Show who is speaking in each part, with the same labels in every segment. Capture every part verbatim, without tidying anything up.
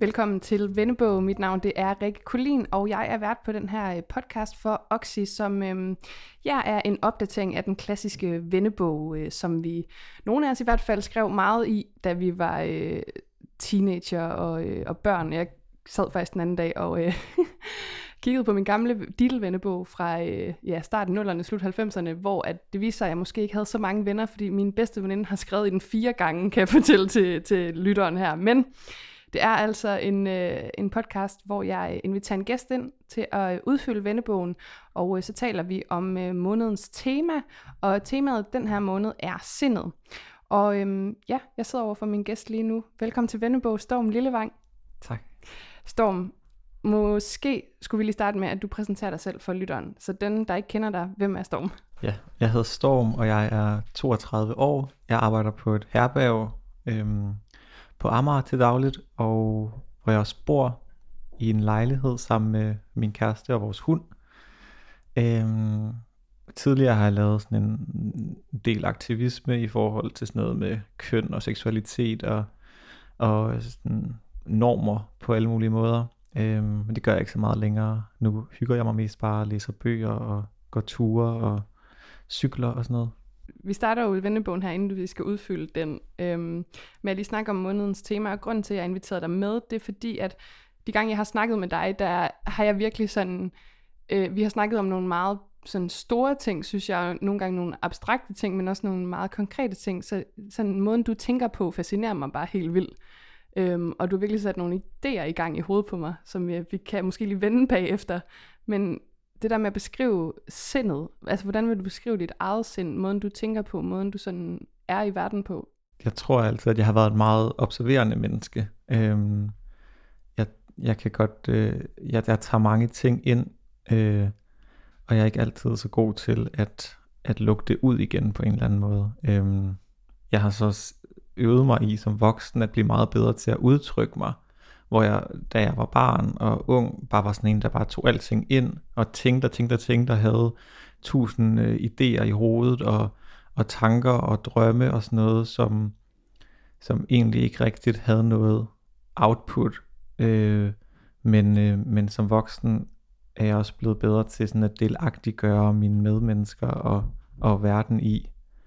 Speaker 1: Velkommen til Vennebog. Mit navn det er Rikke Collin, og jeg er vært på den her podcast for Oxy, som øhm, jeg er en opdatering af den klassiske vennebog, øh, som vi, nogle af os i hvert fald, skrev meget i, da vi var øh, teenager og, øh, og børn. Jeg sad faktisk den anden dag og øh, kiggede på min gamle Diddle-vennebog fra øh, ja, starten nullerne, slut halvfemserne, hvor at det viste sig, at jeg måske ikke havde så mange venner, fordi min bedste veninde har skrevet i den fire gange, kan jeg fortælle til, til lytteren her. Men det er altså en, øh, en podcast, hvor jeg inviterer en gæst ind til at udfylde vennebogen, og øh, så taler vi om øh, månedens tema, og temaet den her måned er sindet. Og øh, ja, jeg sidder over for min gæst lige nu. Velkommen til Vennebog, Storm Lillevang.
Speaker 2: Tak.
Speaker 1: Storm, måske skulle vi lige starte med, at du præsenterer dig selv for lytteren. Så den, der ikke kender dig, hvem er Storm?
Speaker 2: Ja, jeg hedder Storm, og jeg er toogtredive år. Jeg arbejder på et herberg øhm, på Amager til dagligt, og hvor jeg også bor i en lejlighed sammen med min kæreste og vores hund. Øhm, tidligere har jeg lavet sådan en del aktivisme i forhold til sådan noget med køn og seksualitet og, og sådan normer på alle mulige måder. Øhm, men det gør jeg ikke så meget længere. Nu hygger jeg mig mest bare, læser bøger og går ture og cykler og sådan noget.
Speaker 1: Vi starter jo i vennebogen her, inden vi skal udfylde den, øhm, med at lige snakke om månedens tema, og grunden til, at jeg inviterede dig med, det er fordi, at de gange, jeg har snakket med dig, der har jeg virkelig sådan, øh, vi har snakket om nogle meget sådan store ting, synes jeg, nogle gange nogle abstrakte ting, men også nogle meget konkrete ting, så sådan måden, du tænker på, fascinerer mig bare helt vildt. Øhm, og du har virkelig sat nogle idéer i gang i hovedet på mig, som jeg, vi kan måske lige vende bagefter. Men det der med at beskrive sindet, altså hvordan vil du beskrive dit eget sind, måden du tænker på, måden du sådan er i verden på?
Speaker 2: Jeg tror altid, at jeg har været et meget observerende menneske. Øhm, jeg, jeg kan godt, øh, jeg, jeg tager mange ting ind, øh, og jeg er ikke altid så god til at, at lukke det ud igen på en eller anden måde. Øhm, jeg har så øvede mig i som voksen at blive meget bedre til at udtrykke mig, hvor jeg, da jeg var barn og ung, bare var sådan en, der bare tog alting ind, og tænkte og tænkte og tænkte, og havde tusind øh, idéer i hovedet, og, og tanker og drømme og sådan noget, som, som egentlig ikke rigtigt havde noget output. Øh, men, øh, men som voksen er jeg også blevet bedre til sådan at delagtiggøre mine medmennesker og, og verden i,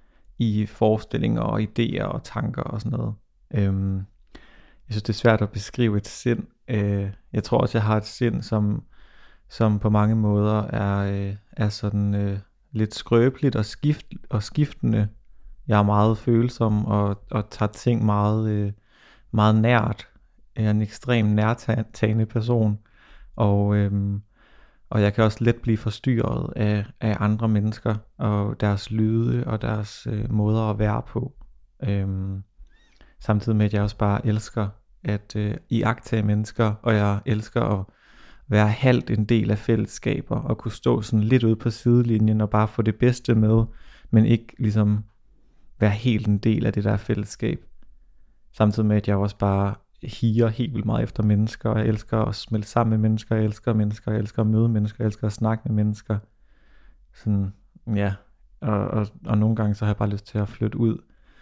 Speaker 2: i forestillinger og idéer og tanker og sådan noget. Øhm, jeg synes det er svært at beskrive et sind. Øh, jeg tror også jeg har et sind som, som på mange måder er, øh, er sådan øh, lidt skrøbeligt og, skift, og skiftende. Jeg er meget følsom og, og tager ting meget, øh, meget nært. Jeg er en ekstrem nærtagende person, og øhm, Og jeg kan også let blive forstyrret af, af andre mennesker og deres lyde og deres øh, måder at være på. Øhm, samtidig med at jeg også bare elsker at øh, iagttage mennesker, og jeg elsker at være halvt en del af fællesskaber og kunne stå sådan lidt ude på sidelinjen og bare få det bedste med, men ikke ligesom være helt en del af det der fællesskab. Samtidig med at jeg også bare higer helt vildt meget efter mennesker, og jeg elsker at smelte sammen med mennesker, jeg elsker mennesker, jeg elsker at møde mennesker, jeg elsker at snakke med mennesker. Sådan, ja, og, og, og nogle gange så har jeg bare lyst til at flytte ud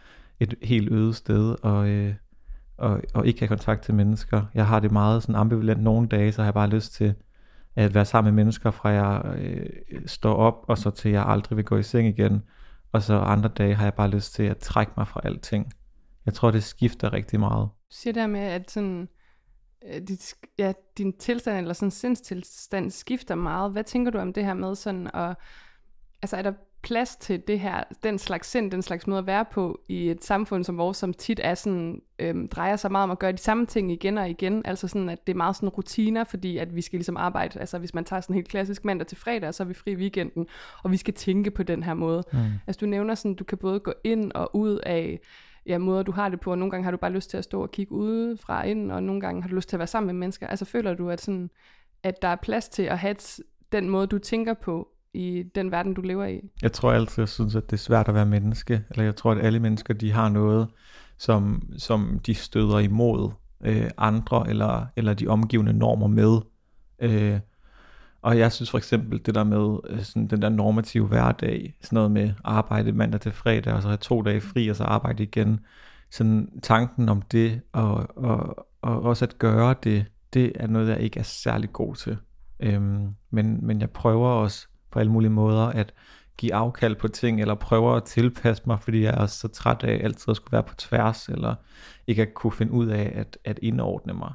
Speaker 2: et helt øde sted, og, øh, og, og ikke have kontakt til mennesker. Jeg har det meget sådan ambivalent nogle dage, så har jeg bare lyst til at være sammen med mennesker, fra jeg øh, står op, og så til jeg aldrig vil gå i seng igen, og så andre dage har jeg bare lyst til at trække mig fra alting. Jeg tror, det skifter rigtig meget.
Speaker 1: Du siger der med, at sådan, øh, dit, ja, din tilstand eller sådan sindstilstand skifter meget. Hvad tænker du om det her med sådan, og, altså er der plads til det her, den slags sind, den slags måde at være på i et samfund som vores, som tit er sådan, øhm, drejer sig meget om at gøre de samme ting igen og igen, altså sådan, at det er meget sådan rutiner, fordi at vi skal ligesom arbejde, altså hvis man tager sådan helt klassisk mandag til fredag, så er vi fri i weekenden, og vi skal tænke på den her måde. Mm. Altså du nævner sådan, du kan både gå ind og ud af ja, måder du har det på, og nogle gange har du bare lyst til at stå og kigge udefra ind, og nogle gange har du lyst til at være sammen med mennesker. Altså føler du, at, sådan, at der er plads til at have den måde, du tænker på i den verden, du lever i?
Speaker 2: Jeg tror altid, jeg synes, at det er svært at være menneske, eller jeg tror, at alle mennesker, de har noget, som, som de støder imod øh, andre, eller, eller de omgivende normer med. Øh, og jeg synes for eksempel, det der med sådan, den der normative hverdag, sådan noget med arbejde mandag til fredag, og så have to dage fri, og så arbejde igen. Sådan tanken om det, og, og, og også at gøre det, det er noget, jeg ikke er særlig god til. Øhm, men, men jeg prøver også på alle mulige måder at give afkald på ting, eller prøver at tilpasse mig, fordi jeg er så træt af altid at skulle være på tværs, eller ikke at kunne finde ud af at, at indordne mig.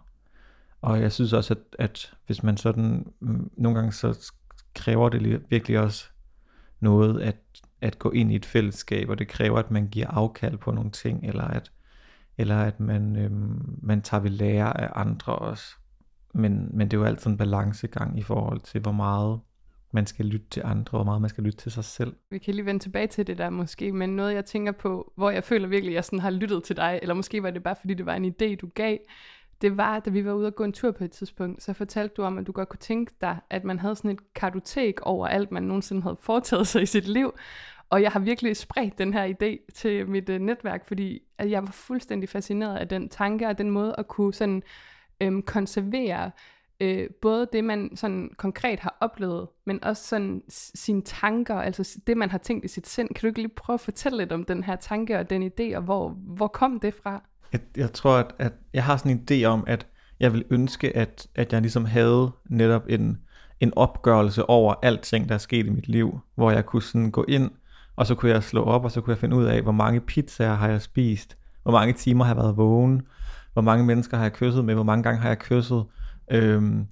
Speaker 2: Og jeg synes også, at, at hvis man sådan, nogle gange så kræver det virkelig også noget at, at gå ind i et fællesskab, og det kræver, at man giver afkald på nogle ting, eller at, eller at man, øhm, man tager ved lære af andre også. Men, men det er jo altid en balancegang i forhold til, hvor meget man skal lytte til andre, hvor meget man skal lytte til sig selv.
Speaker 1: Vi kan lige vende tilbage til det der måske, men noget jeg tænker på, hvor jeg føler virkelig, at jeg sådan har lyttet til dig, eller måske var det bare, fordi det var en idé, du gav, det var, da vi var ude og gå en tur på et tidspunkt, så fortalte du om, at du godt kunne tænke dig, at man havde sådan et kartotek over alt, man nogensinde havde foretaget sig i sit liv. Og jeg har virkelig spredt den her idé til mit uh, netværk, fordi at jeg var fuldstændig fascineret af den tanke og den måde at kunne sådan øhm, konservere øh, både det, man sådan konkret har oplevet, men også sådan sine tanker, altså det, man har tænkt i sit sind. Kan du ikke lige prøve at fortælle lidt om den her tanke og den idé, og hvor, hvor kom det fra?
Speaker 2: Jeg, jeg tror, at, at jeg har sådan en idé om, at jeg vil ønske, at, at jeg ligesom havde netop en, en opgørelse over alting, der er sket i mit liv, hvor jeg kunne sådan gå ind, og så kunne jeg slå op, og så kunne jeg finde ud af, hvor mange pizzaer har jeg spist, hvor mange timer har jeg været vågen, hvor mange mennesker har jeg kysset med, hvor mange gange har jeg kysset. Øhm,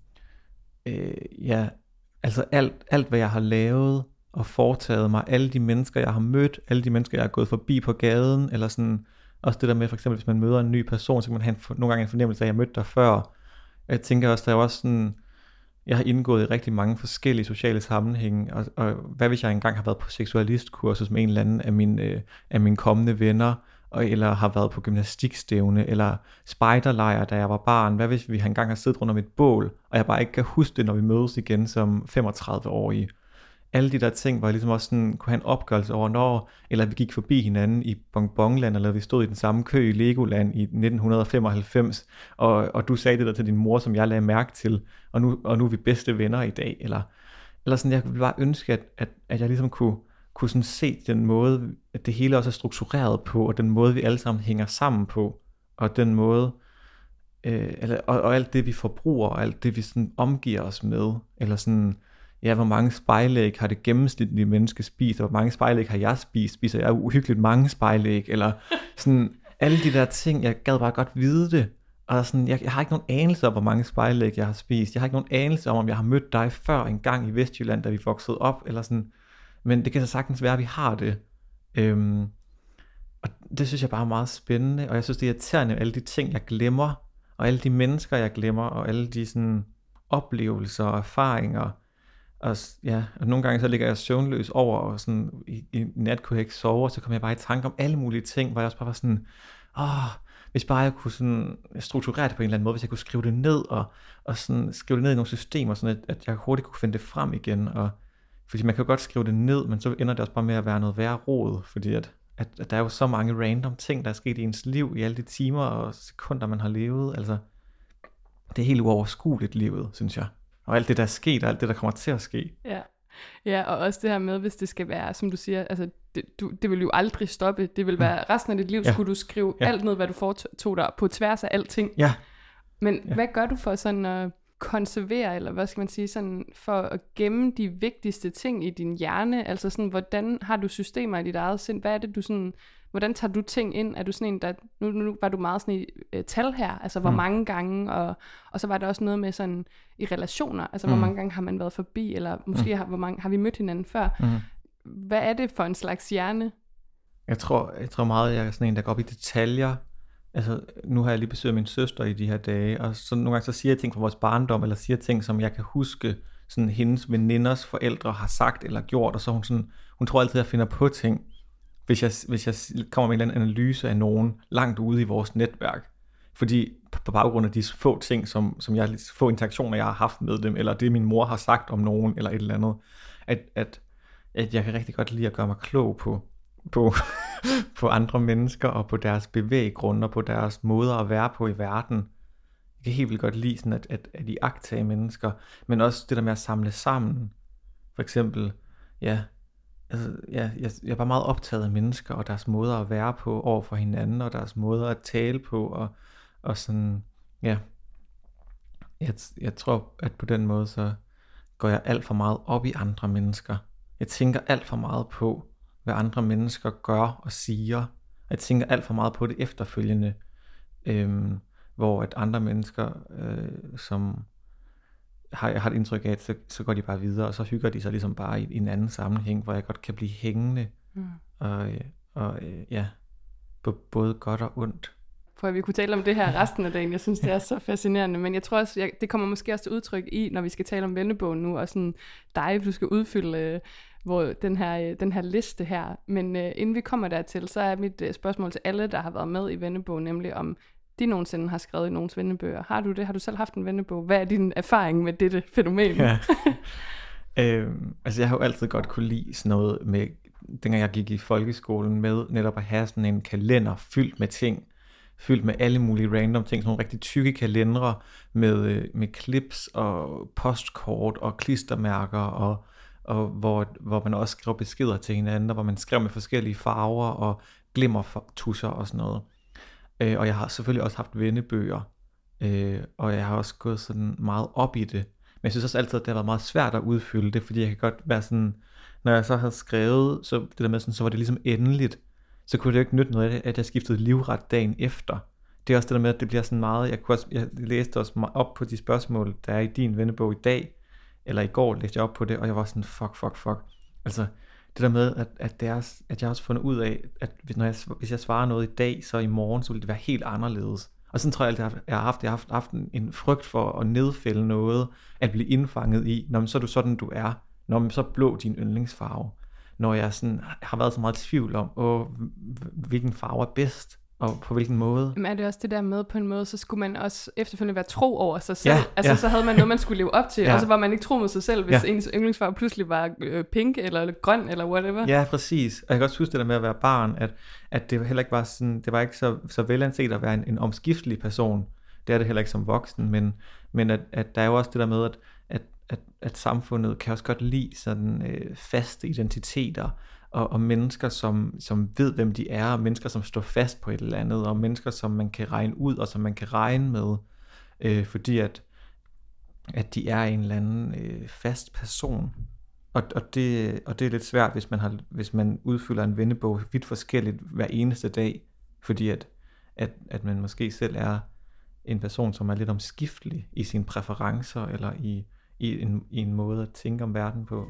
Speaker 2: øh, ja, altså alt, alt, hvad jeg har lavet og foretaget mig, alle de mennesker, jeg har mødt, alle de mennesker, jeg har gået forbi på gaden, eller sådan, også det der med, for eksempel, hvis man møder en ny person, så kan man have en, nogle gange en fornemmelse af, at jeg mødte dig før. Jeg tænker også, der er også sådan, jeg har indgået i rigtig mange forskellige sociale sammenhænge, og, og hvad hvis jeg engang har været på seksualistkursus med en eller anden af mine, øh, af mine kommende venner, og, eller har været på gymnastikstævne, eller spejderlejr, da jeg var barn. Hvad hvis vi engang har siddet rundt om et bål, og jeg bare ikke kan huske det, når vi mødes igen som femogtredive-årige. Alle de der ting, hvor jeg ligesom også sådan, kunne have en opgørelse over, når, eller vi gik forbi hinanden i Bonbonland, eller vi stod i den samme kø i Legoland i nitten femoghalvfems, og, og du sagde det der til din mor, som jeg lagde mærke til, og nu, og nu er vi bedste venner i dag. Eller, eller sådan, jeg ville bare ønske, at, at, at jeg ligesom kunne, kunne sådan se den måde, at det hele også er struktureret på, og den måde, vi alle sammen hænger sammen på, og den måde, øh, eller, og, og alt det, vi forbruger, og alt det, vi sådan omgiver os med, eller sådan, ja, hvor mange spejlæg har det gennemsnitlige menneske spist, og hvor mange spejlæg har jeg spist, spiser jeg uhyggeligt mange spejlæg, eller sådan, alle de der ting, jeg gad bare godt vide det, og sådan, jeg, jeg har ikke nogen anelse om, hvor mange spejlæg jeg har spist, jeg har ikke nogen anelse om, om jeg har mødt dig før en gang i Vestjylland, da vi voksede op, eller sådan, men det kan så sagtens være, at vi har det, øhm, og det synes jeg bare er meget spændende, og jeg synes det er irriterende, alle de ting, jeg glemmer, og alle de mennesker, jeg glemmer, og alle de sådan oplevelser og erfaringer. Og ja, og nogle gange så ligger jeg søvnløs over, og sådan i, i nat kunne jeg ikke sove, og så kom jeg bare i tanke om alle mulige ting, hvor jeg også bare var sådan, åh, hvis bare jeg kunne sådan strukturere det på en eller anden måde, hvis jeg kunne skrive det ned, og, og sådan skrive det ned i nogle systemer, sådan at, at jeg hurtigt kunne finde det frem igen, og fordi man kan jo godt skrive det ned, men så ender det også bare med at være noget værre rod, fordi at, at, at der er jo så mange random ting, der er sket i ens liv, i alle de timer og sekunder, man har levet, altså, det er helt uoverskueligt livet, synes jeg. Og alt det, der er sket, og alt det, der kommer til at ske.
Speaker 1: Ja, ja, og også det her med, hvis det skal være, som du siger, altså, det, du, det vil jo aldrig stoppe. Det vil være, resten af dit liv, ja. Skulle du skrive ja. alt ned, hvad du foretog dig på tværs af alting.
Speaker 2: Ja.
Speaker 1: Men
Speaker 2: ja.
Speaker 1: hvad gør du for sådan at konservere, eller hvad skal man sige, sådan for at gemme de vigtigste ting i din hjerne? Altså sådan, hvordan har du systemer i dit eget sind? Hvad er det, du sådan... Hvordan tager du ting ind? Er du sådan en, der... Nu, nu var du meget sådan i øh, tal her, altså hvor mm. mange gange, og, og så var der også noget med sådan i relationer, altså mm. hvor mange gange har man været forbi, eller måske mm. har, hvor mange, har vi mødt hinanden før? Mm. Hvad er det for en slags hjerne?
Speaker 2: Jeg tror, jeg tror meget, jeg er sådan en, der går op i detaljer. Altså, nu har jeg lige besøgt min søster i de her dage, og så nogle gange så siger jeg ting fra vores barndom, eller siger ting, som jeg kan huske, sådan hendes veninders forældre har sagt eller gjort, og så hun sådan, hun tror altid, at jeg finder på ting. Hvis jeg, hvis jeg kommer med en eller anden analyse af nogen langt ude i vores netværk. Fordi på baggrund af de få ting, som, som jeg, få interaktioner, jeg har haft med dem, eller det min mor har sagt om nogen, eller et eller andet, at, at, at jeg kan rigtig godt lide at gøre mig klog på, på, på andre mennesker, og på deres bevæggrunde, og på deres måder at være på i verden. Jeg kan helt vildt godt lide sådan at, at, at iagttage mennesker, men også det der med at samle sammen. For eksempel, ja... Altså, ja, jeg, jeg er bare meget optaget af mennesker og deres måder at være på over for hinanden, og deres måder at tale på, og, og sådan, ja, jeg, jeg tror, at på den måde, så går jeg alt for meget op i andre mennesker. Jeg tænker alt for meget på, hvad andre mennesker gør og siger. Jeg tænker alt for meget på det efterfølgende, øhm, hvor at andre mennesker, øh, som har, jeg har et indtryk af, at så, så går de bare videre, og så hygger de sig ligesom bare i, i en anden sammenhæng, hvor jeg godt kan blive hængende, mm. og, og ja, både godt og ondt.
Speaker 1: For at vi kunne tale om det her resten af dagen. Jeg synes, det er så fascinerende, men jeg tror også, jeg, det kommer måske også til udtryk i, når vi skal tale om vennebogen nu, og sådan dig, du skal udfylde øh, hvor den, her, den her liste her. Men øh, inden vi kommer dertil, så er mit øh, spørgsmål til alle, der har været med i vennebogen, nemlig om de nogensinde har skrevet i nogens vennebøger. Har du det? Har du selv haft en vennebog? Hvad er din erfaring med dette fænomen?
Speaker 2: Ja. øhm, altså jeg har jo altid godt kunne lide sådan noget med, dengang jeg gik i folkeskolen, med netop at have sådan en kalender fyldt med ting, fyldt med alle mulige random ting, sådan nogle rigtig tykke kalendere med, med clips og postkort og klistermærker, og, og hvor, hvor man også skrev beskeder til hinanden, og hvor man skrev med forskellige farver og glimmertusser og sådan noget. Øh, og jeg har selvfølgelig også haft vennebøger, øh, og jeg har også gået sådan meget op i det. Men jeg synes også altid, at det har været meget svært at udfylde det, fordi jeg kan godt være sådan, når jeg så har skrevet, så det der med sådan, så var det ligesom endeligt, så kunne det jo ikke nytte noget af det, at jeg skiftede livret dagen efter. Det er også det der med, at det bliver sådan meget, jeg, kunne også, jeg læste også op på de spørgsmål, der er i din vennebog i dag, eller i går læste jeg op på det, og jeg var sådan, fuck, fuck, fuck. Altså, det der med, at, at, det er, at jeg har også fundet ud af, at hvis, når jeg, hvis jeg svarer noget i dag, så i morgen, så vil det være helt anderledes. Og sådan tror jeg, at jeg har haft, jeg har haft, haft en, en frygt for at nedfælde noget, at blive indfanget i, når så er du sådan, du er, når man så blå din yndlingsfarve. Når jeg sådan har været så meget i tvivl om, åh, hvilken farve er bedst, og på hvilken måde.
Speaker 1: Men er det også det der med, på en måde, så skulle man også efterfølgende være tro over sig selv.
Speaker 2: Ja,
Speaker 1: altså
Speaker 2: ja.
Speaker 1: Så havde man noget, man skulle leve op til, ja. Og så var man ikke tro mod sig selv, hvis ja. ens yndlingsfarve pludselig var øh, pink, eller grøn, eller whatever.
Speaker 2: Ja, præcis. Og jeg kan også huske det der med at være barn, at, at det heller ikke var sådan, det var ikke så, så velanset at være en, en omskiftelig person. Det er det heller ikke som voksen, men, men at, at der er jo også det der med, at, at, at, at samfundet kan også godt lide sådan øh, faste identiteter, og, og mennesker, som, som ved, hvem de er, og mennesker, som står fast på et eller andet, og mennesker, som man kan regne ud, og som man kan regne med, øh, fordi at, at de er en eller anden øh, fast person. Og, og, det, og det er lidt svært, hvis man, har, hvis man udfylder en vennebog vidt forskelligt hver eneste dag, fordi at, at, at man måske selv er en person, som er lidt omskiftelig i sine præferencer, eller i, i, en, i en måde at tænke om verden på.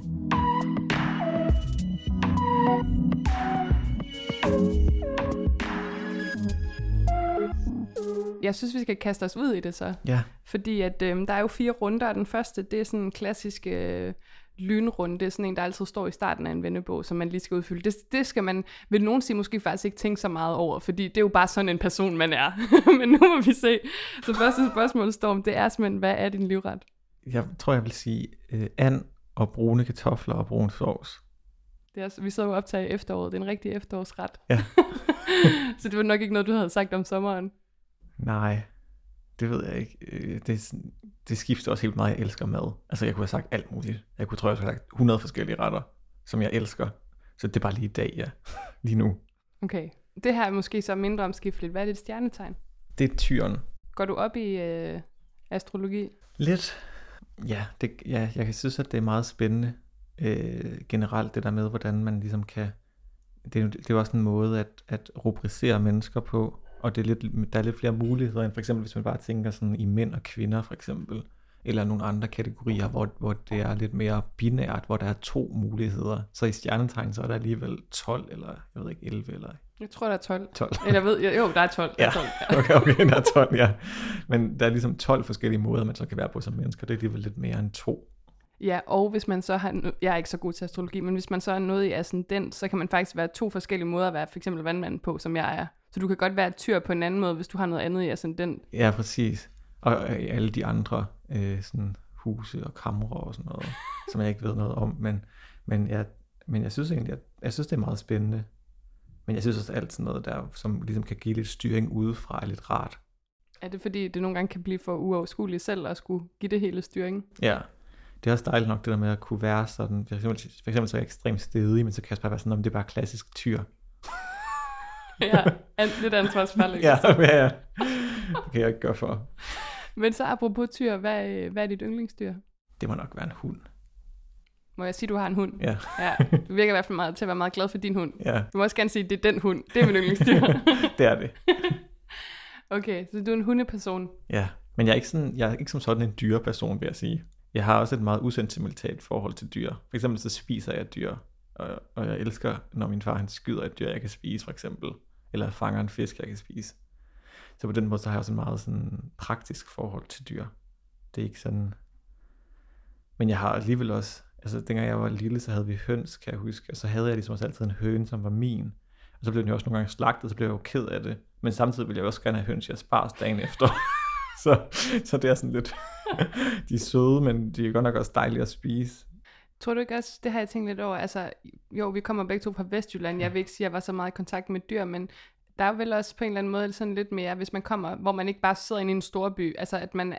Speaker 1: Jeg synes, vi skal kaste os ud i det så.
Speaker 2: Ja.
Speaker 1: Fordi at, øhm, der er jo fire runder, og den første, det er sådan en klassisk øh, lynrunde. Det er sådan en, der altid står i starten af en vennebog, som man lige skal udfylde. Det, det skal man, vil nogen sige, måske faktisk ikke tænke så meget over, fordi det er jo bare sådan en person, man er. Men nu må vi se. Så første spørgsmål, Storm, det er simpelthen, hvad er din livret?
Speaker 2: Jeg tror, jeg vil sige øh, and og brune kartofler og brun sovs.
Speaker 1: Det er, vi så jo optaget i efteråret. Det er en rigtig efterårsret.
Speaker 2: Ja.
Speaker 1: Så det var nok ikke noget, du havde sagt om sommeren.
Speaker 2: Nej, det ved jeg ikke. Det, det skifter også helt meget, jeg elsker mad. Altså jeg kunne have sagt alt muligt. Jeg kunne tror jeg have sagt hundrede forskellige retter, som jeg elsker. Så det er bare lige i dag, ja. Lige nu.
Speaker 1: Okay. Det her er måske så mindre omskifteligt. Hvad er dit stjernetegn?
Speaker 2: Det er tyren.
Speaker 1: Går du op i øh, astrologi?
Speaker 2: Lidt. Ja, det, ja, jeg kan synes, at det er meget spændende. Øh, generelt det der med, hvordan man ligesom kan... Det er, det er også en måde at, at rubricere mennesker på. Og det er lidt, der er lidt flere muligheder, end for eksempel hvis man bare tænker sådan i mænd og kvinder for eksempel, eller nogle andre kategorier, hvor, hvor det er lidt mere binært, hvor der er to muligheder. Så i stjernetegn, så er der alligevel tolv, eller jeg ved ikke, elleve, eller...
Speaker 1: Jeg tror, der er tolv.
Speaker 2: tolv.
Speaker 1: Eller jeg ved, jo, der er tolv. Der er tolv.
Speaker 2: Ja, okay, okay, der er tolv, ja. Men der er ligesom tolv forskellige måder, man så kan være på som mennesker. Det er alligevel lidt mere end to.
Speaker 1: Ja, og hvis man så har, jeg er ikke så god til astrologi, men hvis man så er noget i ascendent, så kan man faktisk være to forskellige måder at være for eksempel vandmand på, som jeg er. Så du kan godt være et tyr på en anden måde, hvis du har noget andet i ascendent.
Speaker 2: Ja, præcis. Og alle de andre øh, sådan huse og kamre og sådan noget, som jeg ikke ved noget om. Men, men, jeg, men jeg synes egentlig, at jeg synes, det er meget spændende. Men jeg synes også alt sådan noget der, som ligesom kan give lidt styring udefra, er lidt rart.
Speaker 1: Er det fordi, det nogle gange kan blive for uoverskueligt selv at skulle give det hele styring?
Speaker 2: Ja. Det er også dejligt nok det der med at kunne være sådan, for eksempel, for eksempel så er jeg ekstremt stedig, men så kan jeg bare være sådan, om det er bare klassisk tyr.
Speaker 1: Ja, lidt ansvarsfald.
Speaker 2: Ja, ja, ja. Det kan jeg ikke gøre for.
Speaker 1: Men så apropos tyr, hvad, hvad er dit yndlingsdyr?
Speaker 2: Det må nok være en hund.
Speaker 1: Må jeg sige, du har en hund?
Speaker 2: Ja.
Speaker 1: Ja. Du virker i hvert fald meget til at være meget glad for din hund.
Speaker 2: Ja.
Speaker 1: Du må også gerne sige, at det er den hund. Det er min yndlingsdyr.
Speaker 2: Det er det.
Speaker 1: Okay, så du er en hundeperson.
Speaker 2: Ja, men jeg er ikke, sådan, jeg er ikke som sådan en dyreperson, vil jeg sige. Jeg har også et meget usentimentalt forhold til dyr. For eksempel så spiser jeg dyr, og, og jeg elsker, når min far han skyder et dyr, jeg kan spise for eksempel. Eller fanger en fisk, jeg kan spise. Så på den måde så har jeg også en meget sådan praktisk forhold til dyr. Det er ikke sådan... Men jeg har alligevel også... Altså dengang jeg var lille, så havde vi høns, kan jeg huske. Og så havde jeg ligesom også altid en høne, som var min. Og så blev den jo også nogle gange slagtet, så blev jeg jo ked af det. Men samtidig ville jeg også gerne have høns, jeg spars dagen efter. så, så det er sådan lidt... de er søde, men de er godt nok også dejlige at spise.
Speaker 1: Tror du ikke også, det har jeg tænkt lidt over, altså jo, vi kommer begge to fra Vestjylland, jeg vil ikke sige, at jeg var så meget i kontakt med dyr, men der er vel også på en eller anden måde sådan lidt mere, hvis man kommer, hvor man ikke bare sidder inde i en storby, altså at man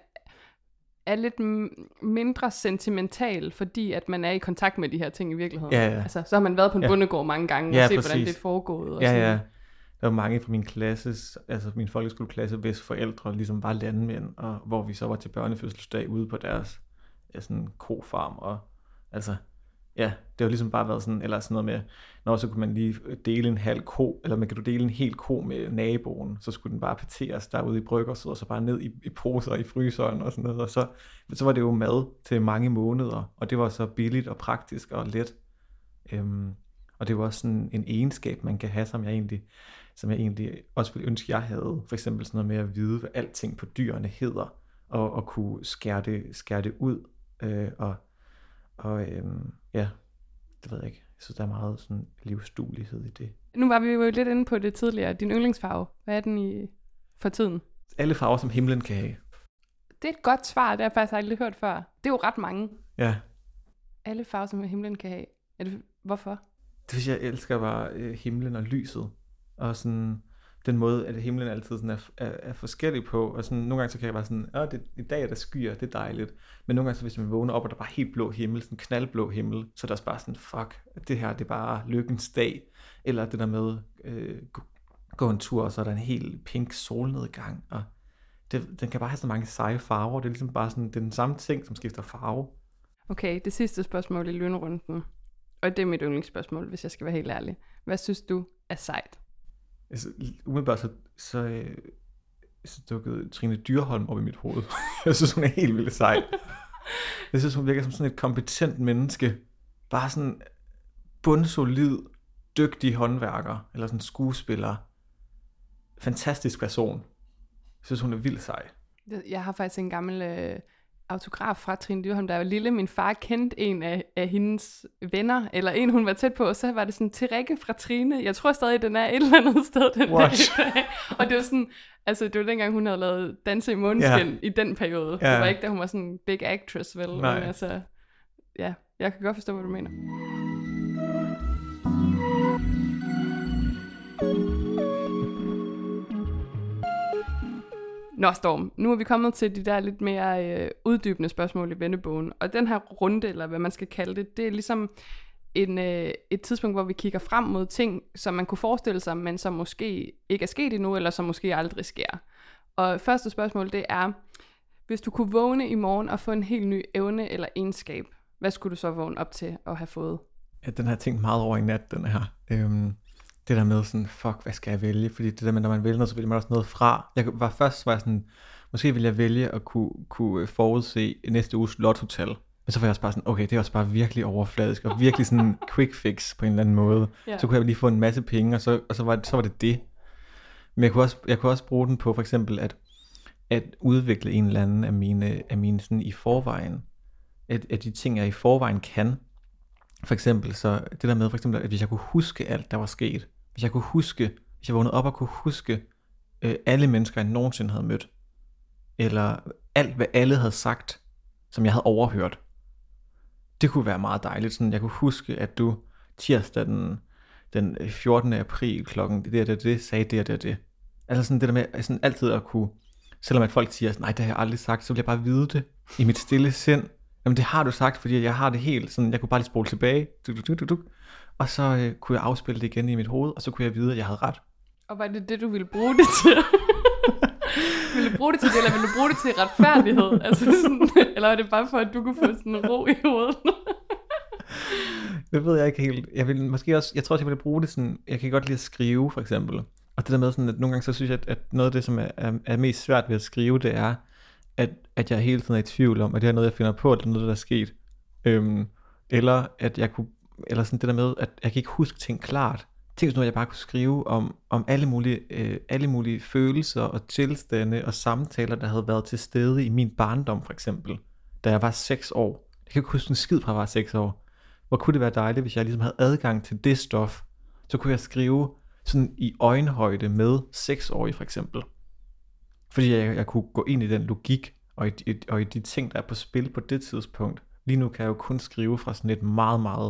Speaker 1: er lidt m- mindre sentimental, fordi at man er i kontakt med de her ting i virkeligheden.
Speaker 2: Ja, ja.
Speaker 1: Altså, så har man været på en ja. bondegård mange gange,
Speaker 2: ja,
Speaker 1: og set,
Speaker 2: præcis.
Speaker 1: hvordan det er foregået. Og
Speaker 2: ja,
Speaker 1: sådan.
Speaker 2: ja. Der var mange fra min klasse, altså min folkeskoleklasse, hvis forældre ligesom var landmænd, og hvor vi så var til børnefødselsdag ude på deres ja, sådan kofarm, og altså, ja, det har ligesom bare været sådan, eller sådan noget med, når så kunne man lige dele en halv ko, eller man kan du dele en hel ko med naboen, så skulle den bare pateres derude i bryggerset, og så bare ned i, i poser i fryseren og sådan noget, og så, så var det jo mad til mange måneder, og det var så billigt og praktisk og let, øhm, og det var også sådan en egenskab, man kan have, som jeg egentlig, som jeg egentlig også ville ønske, jeg havde, for eksempel sådan noget med at vide, hvad alting på dyrene hedder, og, og kunne skære det, skære det ud, øh, og Og øhm, ja, det ved jeg ikke. Jeg synes, der er meget sådan livsduelighed i det.
Speaker 1: Nu var vi jo lidt inde på det tidligere. Din yndlingsfarve, hvad er den i for tiden?
Speaker 2: Alle farver, som himlen kan have.
Speaker 1: Det er et godt svar, det har jeg faktisk aldrig hørt før. Det er jo ret mange.
Speaker 2: Ja.
Speaker 1: Alle farver, som himlen kan have. Er det, hvorfor?
Speaker 2: Det synes jeg elsker bare øh, himlen og lyset. Og sådan den måde, at himlen altid sådan er, er, er forskellig på. Og sådan, nogle gange så kan jeg bare sådan, åh, det, i dag er der skyer, det er dejligt. Men nogle gange så hvis man vågner op, og der er bare helt blå himmel, sådan knaldblå himmel, så er der også bare sådan, fuck, det her det er bare lykkens dag. Eller det der med, øh, gå, gå en tur, og så er der en helt pink solnedgang. Og det, den kan bare have så mange seje farver. Det er ligesom bare sådan, det er den samme ting, som skifter farve.
Speaker 1: Okay, det sidste spørgsmål i lynrunden. Og det er mit yndlingsspørgsmål, hvis jeg skal være helt ærlig. Hvad synes du er sejt?
Speaker 2: Altså, umiddelbart så, så, øh, så dukkede Trine Dyrholm op i mit hoved. Jeg synes, hun er helt vildt sej. Jeg synes, hun virker som sådan et kompetent menneske. Bare sådan bundsolid, dygtig håndværker, eller sådan skuespiller. Fantastisk person. Jeg synes, hun er vildt sej.
Speaker 1: Jeg har faktisk en gammel øh, autograf fra Trine Dyrholm, da jeg var lille. Min far kendte en af, af hendes venner, eller en, hun var tæt på, og så var det sådan, til Rikke fra Trine. Jeg tror stadig, den er et eller andet sted, den dag. Og det var sådan, altså det var dengang, hun havde lavet Danse i Måneskin yeah. i den periode. Yeah. Det var ikke, da hun var sådan en big actress, vel?
Speaker 2: Nej.
Speaker 1: Men altså, ja, jeg kan godt forstå, hvad du mener. Nå, Storm, nu er vi kommet til de der lidt mere øh, uddybende spørgsmål i vennebogen, og den her runde, eller hvad man skal kalde det, det er ligesom en, øh, et tidspunkt, hvor vi kigger frem mod ting, som man kunne forestille sig, men som måske ikke er sket endnu, eller som måske aldrig sker. Og første spørgsmål, det er, hvis du kunne vågne i morgen og få en helt ny evne eller egenskab, hvad skulle du så vågne op til at have fået?
Speaker 2: Ja, den har jeg tænkt meget over i nat, den her. Øhm, det der med sådan, fuck, hvad skal jeg vælge? Fordi det der med, når man vælger noget, så vælger man også noget fra. Jeg var først var jeg sådan, måske ville jeg vælge at kunne, kunne forudse næste uges lottotal. Men så var jeg også bare sådan, okay, det er også bare virkelig overfladisk, og virkelig sådan quick fix på en eller anden måde. Yeah. Så kunne jeg lige få en masse penge, og så, og så, var, det, så var det det. Men jeg kunne, også, jeg kunne også bruge den på for eksempel at, at udvikle en eller anden af mine, af mine sådan i forvejen. At, at de ting, jeg i forvejen kan. For eksempel så det der med, for eksempel, at hvis jeg kunne huske alt, der var sket. Hvis jeg kunne huske, hvis jeg vågnede op og kunne huske øh, alle mennesker, jeg nogensinde havde mødt. Eller alt, hvad alle havde sagt, som jeg havde overhørt. Det kunne være meget dejligt. Sådan, jeg kunne huske, at du tirsdag den, den fjortende april klokken det der, det, det, sagde det og det og det. Altså sådan det der med sådan altid at kunne, selvom at folk siger, nej, det har jeg aldrig sagt, så vil jeg bare vide det i mit stille sind. Jamen det har du sagt, fordi jeg har det helt sådan, jeg kunne bare lige spole tilbage, duk, duk, duk, duk, og så øh, kunne jeg afspille det igen i mit hoved, og så kunne jeg vide, at jeg havde ret.
Speaker 1: Og var det det, du ville bruge det til? Vil du bruge det til det, eller vil du bruge det til retfærdighed? Altså sådan, eller er det bare for, at du kunne få sådan ro i hovedet?
Speaker 2: Det ved jeg ikke helt. Jeg vil måske også, jeg tror også, jeg vil bruge det sådan, jeg kan godt lide at skrive, for eksempel. Og det der med sådan, at nogle gange så synes jeg, at, at noget af det, som er, er, er mest svært ved at skrive, det er, at, at jeg hele tiden er i tvivl om, at det er noget, jeg finder på, eller noget, der er sket. Øhm, eller at jeg kunne, eller sådan det der med, at jeg kan ikke huske ting klart. Tænk hvis nu, at jeg bare kunne skrive om, om alle, mulige, øh, alle mulige følelser og tilstande og samtaler, der havde været til stede i min barndom, for eksempel, da jeg var seks år. Jeg kan ikke huske en skid fra, at jeg var seks år. Hvor kunne det være dejligt, hvis jeg ligesom havde adgang til det stof, så kunne jeg skrive sådan i øjenhøjde med seksårige for eksempel. Fordi jeg, jeg kunne gå ind i den logik, og i, og i de ting, der er på spil på det tidspunkt. Lige nu kan jeg jo kun skrive fra sådan et meget, meget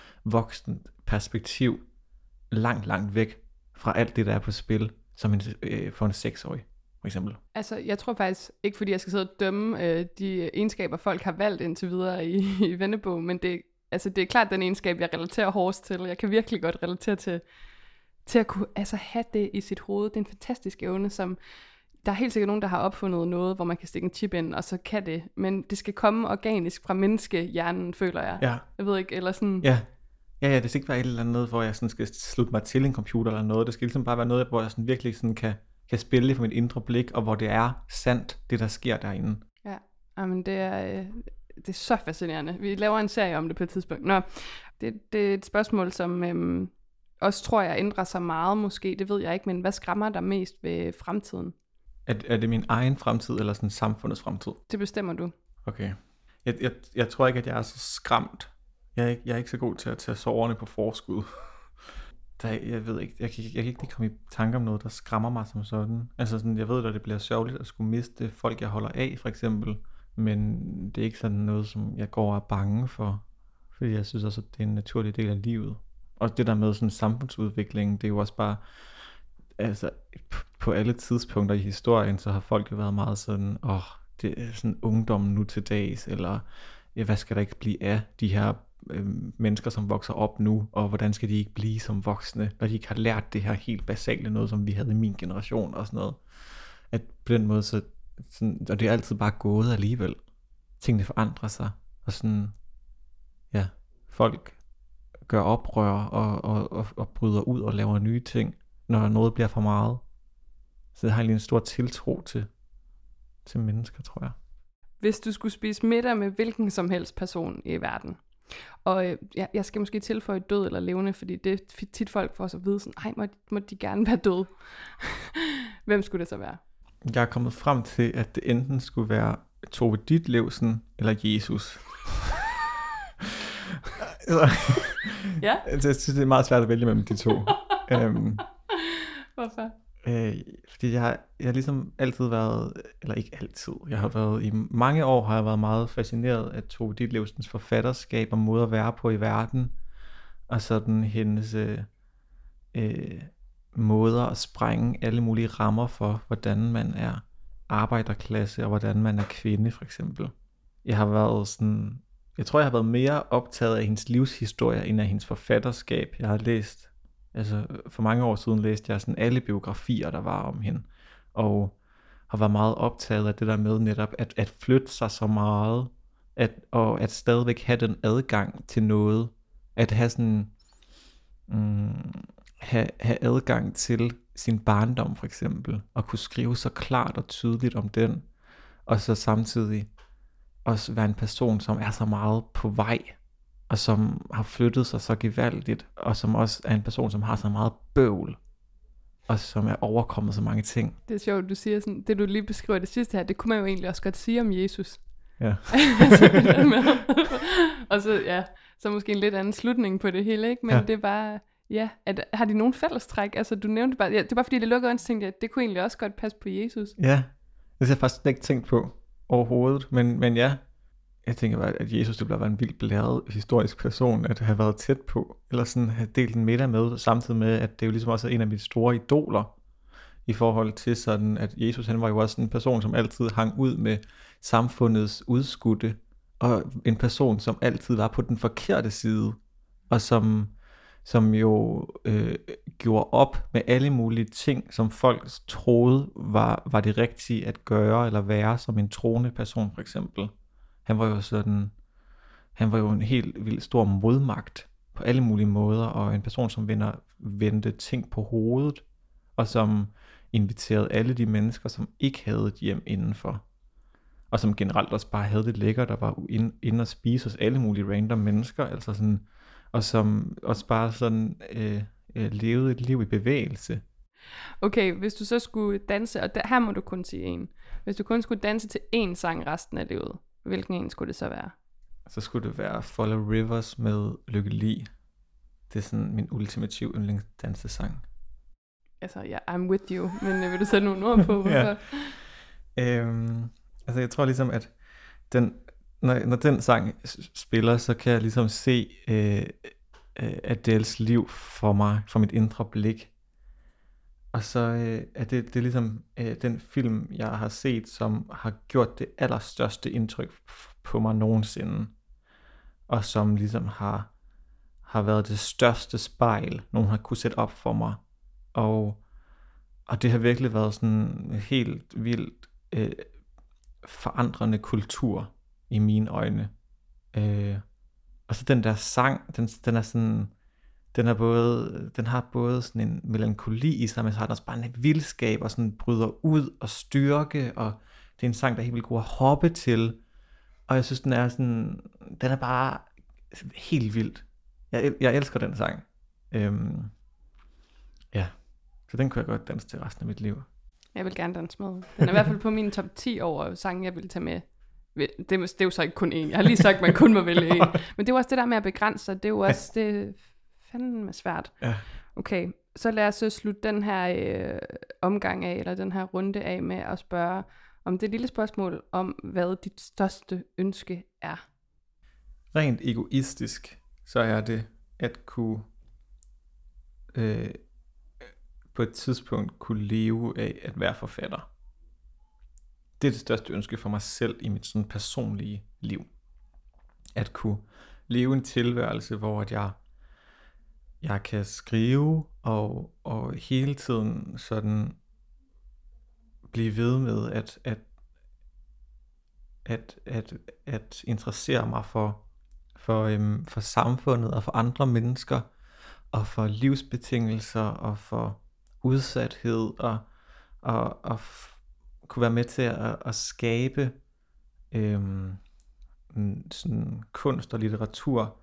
Speaker 2: voksen perspektiv, langt, langt væk fra alt det, der er på spil, som en, øh, for en seksårig, for eksempel.
Speaker 1: Altså, jeg tror faktisk, ikke fordi jeg skal sidde og dømme øh, de egenskaber, folk har valgt indtil videre i, i vennebog, men det, altså, det er klart den egenskab, jeg relaterer hårdest til. Jeg kan virkelig godt relatere til, til at kunne altså, have det i sit hoved. Det er en fantastisk evne, som der er helt sikkert nogen, der har opfundet noget, hvor man kan stikke en chip ind, og så kan det. Men det skal komme organisk fra menneskehjernen, føler jeg.
Speaker 2: Ja.
Speaker 1: Jeg ved ikke, eller sådan...
Speaker 2: Ja. Ja, ja, det skal ikke være et eller andet, hvor jeg sådan skal slutte mig til en computer eller noget. Det skal ligesom bare være noget, hvor jeg sådan virkelig sådan kan, kan spille for mit indre blik, og hvor det er sandt, det der sker derinde.
Speaker 1: Ja, men det er, det er så fascinerende. Vi laver en serie om det på et tidspunkt. Nå, det, det er et spørgsmål, som øhm, også tror jeg ændrer sig meget måske. Det ved jeg ikke, men hvad skræmmer dig mest ved fremtiden?
Speaker 2: Er, er det min egen fremtid, eller sådan samfundets fremtid?
Speaker 1: Det bestemmer du.
Speaker 2: Okay. Jeg, jeg, jeg tror ikke, at jeg er så skræmt. Jeg er ikke, jeg er ikke så god til at tage sårene på forskud. Der, jeg ved ikke, jeg kan, jeg kan ikke lige komme i tanke om noget, der skræmmer mig som sådan. Altså sådan, jeg ved, at det bliver sørgeligt at skulle miste folk, jeg holder af, for eksempel. Men det er ikke sådan noget, som jeg går og er bange for. Fordi jeg synes også, at det er en naturlig del af livet. Og det der med sådan samfundsudvikling, det er jo også bare... Altså, på alle tidspunkter i historien, så har folk jo været meget sådan... Åh, det er sådan ungdommen nu til dags, eller... Ja, hvad skal der ikke blive af de her øh, mennesker, som vokser op nu, og hvordan skal de ikke blive som voksne, når de ikke har lært det her helt basale noget, som vi havde i min generation og sådan noget. At på den måde, så, sådan, og det er altid bare gået alligevel. Tingene forandrer sig, og sådan, ja, folk gør oprør og, og, og, og bryder ud og laver nye ting, når noget bliver for meget. Så jeg har egentlig en stor tiltro til, til mennesker, tror jeg.
Speaker 1: Hvis du skulle spise middag med hvilken som helst person i verden, og øh, jeg, jeg skal måske tilføje død eller levende, fordi det er tit folk får så at vide sådan, ej, må, må de gerne være døde? Hvem skulle det så være?
Speaker 2: Jeg er kommet frem til, at det enten skulle være Tove Ditlevsen eller Jesus.
Speaker 1: Ja?
Speaker 2: Jeg synes, det er meget svært at vælge mellem de to. um,
Speaker 1: Hvorfor?
Speaker 2: Øh, fordi jeg har, jeg har ligesom altid været, eller ikke altid, jeg har været i mange år har jeg været meget fascineret af Tove Ditlevsens forfatterskab og måde at være på i verden, og sådan hendes øh, øh, måder at sprænge alle mulige rammer for, hvordan man er arbejderklasse og hvordan man er kvinde, for eksempel. Jeg har været sådan, jeg tror jeg har været mere optaget af hendes livshistorie end af hendes forfatterskab. Jeg har læst Altså for mange år siden læste jeg sådan alle biografier, der var om hende, og har været meget optaget af det der med netop at, at flytte sig så meget, at, og at stadigvæk have den adgang til noget, at have sådan, mm, have, have adgang til sin barndom for eksempel, og kunne skrive så klart og tydeligt om den, og så samtidig også være en person, som er så meget på vej, og som har flyttet sig så gevaldigt, og som også er en person, som har så meget bøvl, og som er overkommet så mange ting.
Speaker 1: Det er sjovt, du siger sådan, det du lige beskriver det sidste her, det kunne man jo egentlig også godt sige om Jesus.
Speaker 2: Ja.
Speaker 1: Og så, ja, så måske en lidt anden slutning på det hele, ikke? Men ja. Det er bare, ja, at, har de nogen fællestræk? Altså, du nævnte bare, ja, det er bare fordi, det lukkede øjne, så tænkte jeg, det kunne egentlig også godt passe på Jesus.
Speaker 2: Ja, det har jeg faktisk ikke tænkt på overhovedet, men, men ja, jeg tænker bare, at Jesus det bliver været en vildt blæret historisk person, at have været tæt på, eller sådan have delt en middag med, samtidig med, at det jo ligesom også er en af mine store idoler, i forhold til sådan, at Jesus han var jo også en person, som altid hang ud med samfundets udskudte, og en person, som altid var på den forkerte side, og som, som jo øh, gjorde op med alle mulige ting, som folk troede var, var det rigtige at gøre eller være som en troende person for eksempel. Han var jo sådan, han var jo en helt vildt stor modmagt på alle mulige måder, og en person, som vender, vendte ting på hovedet, og som inviterede alle de mennesker, som ikke havde et hjem indenfor, og som generelt også bare havde det lækkert, der var inde, inde og spise hos alle mulige random mennesker, altså sådan, og som også bare sådan øh, øh, levede et liv i bevægelse.
Speaker 1: Okay, hvis du så skulle danse, og der, her må du kun sige en. Hvis du kun skulle danse til én sang resten af livet, hvilken en skulle det så være?
Speaker 2: Så skulle det være Follow Rivers med Lykke Li. Det er sådan min ultimative yndlingsdansesang.
Speaker 1: Altså, ja, yeah, I'm with you, men vil du sætte nogle ord på, hvorfor?
Speaker 2: ja. øhm, altså, jeg tror ligesom, at den, når, når den sang spiller, så kan jeg ligesom se øh, øh, Adèles liv for mig, for mit indre blik. Og så øh, er det, det er ligesom øh, den film, jeg har set, som har gjort det allerstørste indtryk på mig nogensinde. Og som ligesom har, har været det største spejl, nogen har kunne sætte op for mig. Og, og det har virkelig været sådan helt vildt øh, forandrende kultur i mine øjne. Øh, og så den der sang, den, den er sådan, den er både, den har både sådan en melankoli i sig, men så har den også bare en vildskab og sådan bryder ud og styrke, og det er en sang, der er helt vildt god at hoppe til. Og jeg synes, den er sådan, den er bare helt vildt. Jeg, jeg elsker den sang. Øhm, ja, så den kunne jeg godt danse til resten af mit liv.
Speaker 1: Jeg vil gerne danse med. Den er i hvert fald på min top ti over sange, jeg vil tage med. Det, det er jo så ikke kun én. Jeg har lige sagt, at man kun må vælge en. Men det er jo også det der med at begrænse sig. Det er jo også det fandme svært.
Speaker 2: Ja.
Speaker 1: Okay, så lad os så slutte den her øh, omgang af, eller den her runde af med at spørge om det lille spørgsmål om, hvad dit største ønske er.
Speaker 2: Rent egoistisk, så er det at kunne øh, på et tidspunkt kunne leve af at være forfatter. Det er det største ønske for mig selv i mit sådan personlige liv. At kunne leve en tilværelse, hvor at jeg, jeg kan skrive og, og hele tiden sådan blive ved med at, at, at, at, at interessere mig for, for, øhm, for samfundet og for andre mennesker og for livsbetingelser og for udsathed og, og, og f- kunne være med til at, at skabe øhm, sådan kunst og litteratur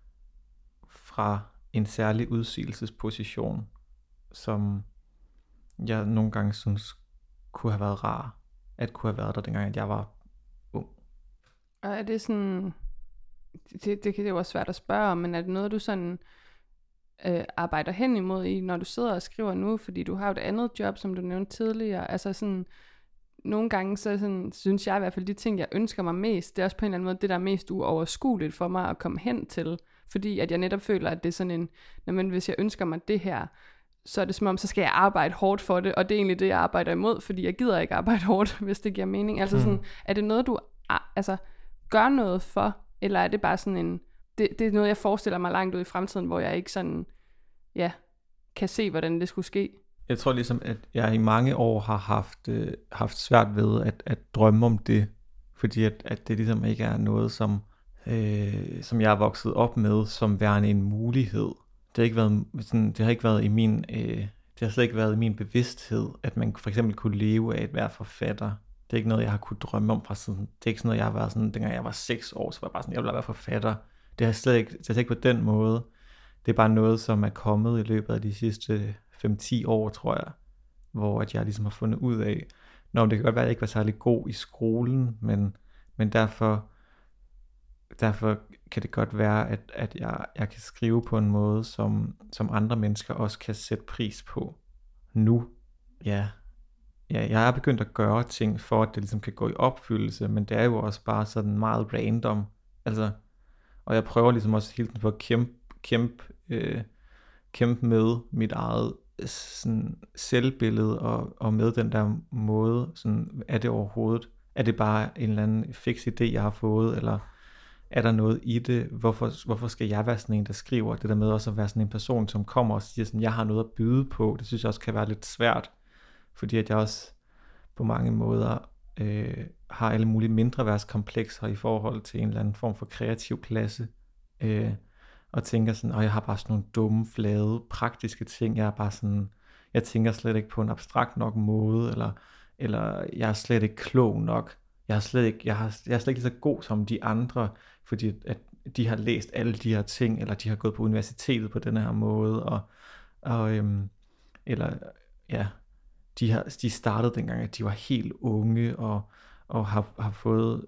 Speaker 2: fra en særlig udsigelsesposition, som jeg nogle gange synes kunne have været rar at kunne have været der, dengang at jeg var ung.
Speaker 1: Og er det sådan, det, det kan det jo være svært at spørge om, men er det noget, du sådan øh, arbejder hen imod i, når du sidder og skriver nu, fordi du har jo et andet job, som du nævnte tidligere, altså sådan, nogle gange så sådan, synes jeg i hvert fald, de ting, jeg ønsker mig mest, det er også på en eller anden måde det, der er mest uoverskueligt for mig at komme hen til, fordi at jeg netop føler, at det er sådan en, men hvis jeg ønsker mig det her, så er det som om, så skal jeg arbejde hårdt for det, og det er egentlig det, jeg arbejder imod, fordi jeg gider ikke arbejde hårdt, hvis det giver mening. Altså sådan, mm. er det noget, du altså, gør noget for, eller er det bare sådan en, det, det er noget, jeg forestiller mig langt ud i fremtiden, hvor jeg ikke sådan, ja, kan se, hvordan det skulle ske?
Speaker 2: Jeg tror ligesom, at jeg i mange år har haft, øh, haft svært ved at, at drømme om det, fordi at, at det ligesom ikke er noget, som, øh, som jeg er vokset op med, som værende en mulighed. Det har ikke været, sådan, det har ikke været i min, øh, det har slet ikke været i min bevidsthed, at man for eksempel kunne leve af at være forfatter. Det er ikke noget, jeg har kunne drømme om fra siden. Det er ikke sådan noget, jeg har været sådan, dengang jeg var seks år, så var jeg bare sådan, jeg vil være forfatter. Det har slet ikke, det er slet ikke på den måde. Det er bare noget, som er kommet i løbet af de sidste fem til ti år, tror jeg, hvor at jeg ligesom har fundet ud af, nå, det kan godt være, at jeg ikke var særlig god i skolen, men, men derfor, derfor kan det godt være, at, at jeg, jeg kan skrive på en måde, som, som andre mennesker også kan sætte pris på nu. Ja, ja, jeg er begyndt at gøre ting, for at det ligesom kan gå i opfyldelse, men det er jo også bare sådan meget random. Altså, og jeg prøver ligesom også hele tiden på at kæmpe, kæmpe, øh, kæmpe med mit eget sådan selvbillede, og, og med den der måde, sådan, er det overhovedet, er det bare en eller anden fix idé, jeg har fået, eller er der noget i det? Hvorfor, hvorfor skal jeg være sådan en, der skriver? Det der med også at være sådan en person, som kommer og siger sådan, jeg har noget at byde på. Det synes jeg også kan være lidt svært, fordi at jeg også på mange måder øh, har alle mulige mindreværdskomplekser i forhold til en eller anden form for kreativ klasse. Øh, og tænker sådan, og jeg har bare sådan nogle dumme, flade, praktiske ting. Jeg er bare sådan, jeg tænker slet ikke på en abstrakt nok måde, eller, eller jeg er slet ikke klog nok. Jeg er slet ikke, jeg har, jeg er slet ikke lige så god som de andre, fordi at de har læst alle de her ting, eller de har gået på universitetet på den her måde, og, og øhm, eller ja, de har, de startede dengang, at de var helt unge, og, og har, har fået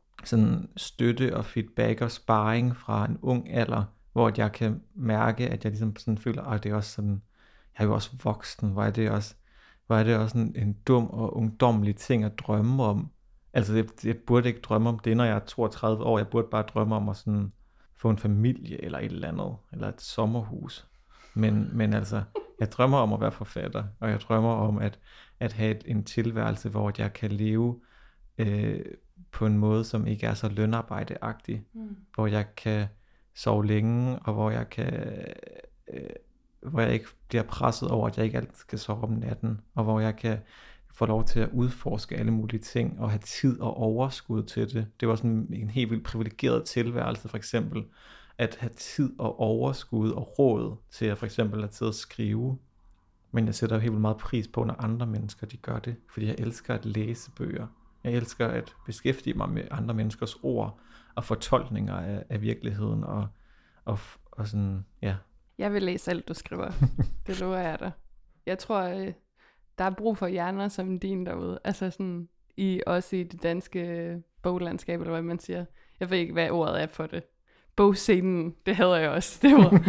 Speaker 2: sådan støtte og feedback og sparring fra en ung alder, hvor jeg kan mærke, at jeg ligesom sådan føler, at det er også sådan, jeg er jo også voksen, hvor er det også, hvor er det også en, en dum og ungdommelig ting at drømme om. Altså jeg, jeg burde ikke drømme om det, når jeg er toogtredive år. Jeg burde bare drømme om at sådan få en familie eller et eller andet, eller et sommerhus. Men, men altså, jeg drømmer om at være forfatter, og jeg drømmer om at, at have et, en tilværelse, hvor jeg kan leve øh, på en måde, som ikke er så lønarbejdeagtig, mm. hvor jeg kan sove længe, og hvor jeg kan øh, hvor jeg ikke bliver presset over, at jeg ikke altid skal sove om natten, og hvor jeg kan få lov til at udforske alle mulige ting, og have tid og overskud til det. Det var sådan en helt vildt privilegeret tilværelse, for eksempel, at have tid og overskud og råd til at for eksempel at sidde og skrive. Men jeg sætter helt vildt meget pris på, når andre mennesker de gør det, fordi jeg elsker at læse bøger. Jeg elsker at beskæftige mig med andre menneskers ord og fortolkninger af, af virkeligheden, og, og, og sådan, ja.
Speaker 1: Jeg vil læse alt, du skriver. Det lover jeg dig. Jeg tror, der er brug for hjerner som din derude. Altså sådan, i, også i det danske boglandskab, eller hvad man siger. Jeg ved ikke, hvad ordet er for det. Bogscenen, det hader jeg også, det ord.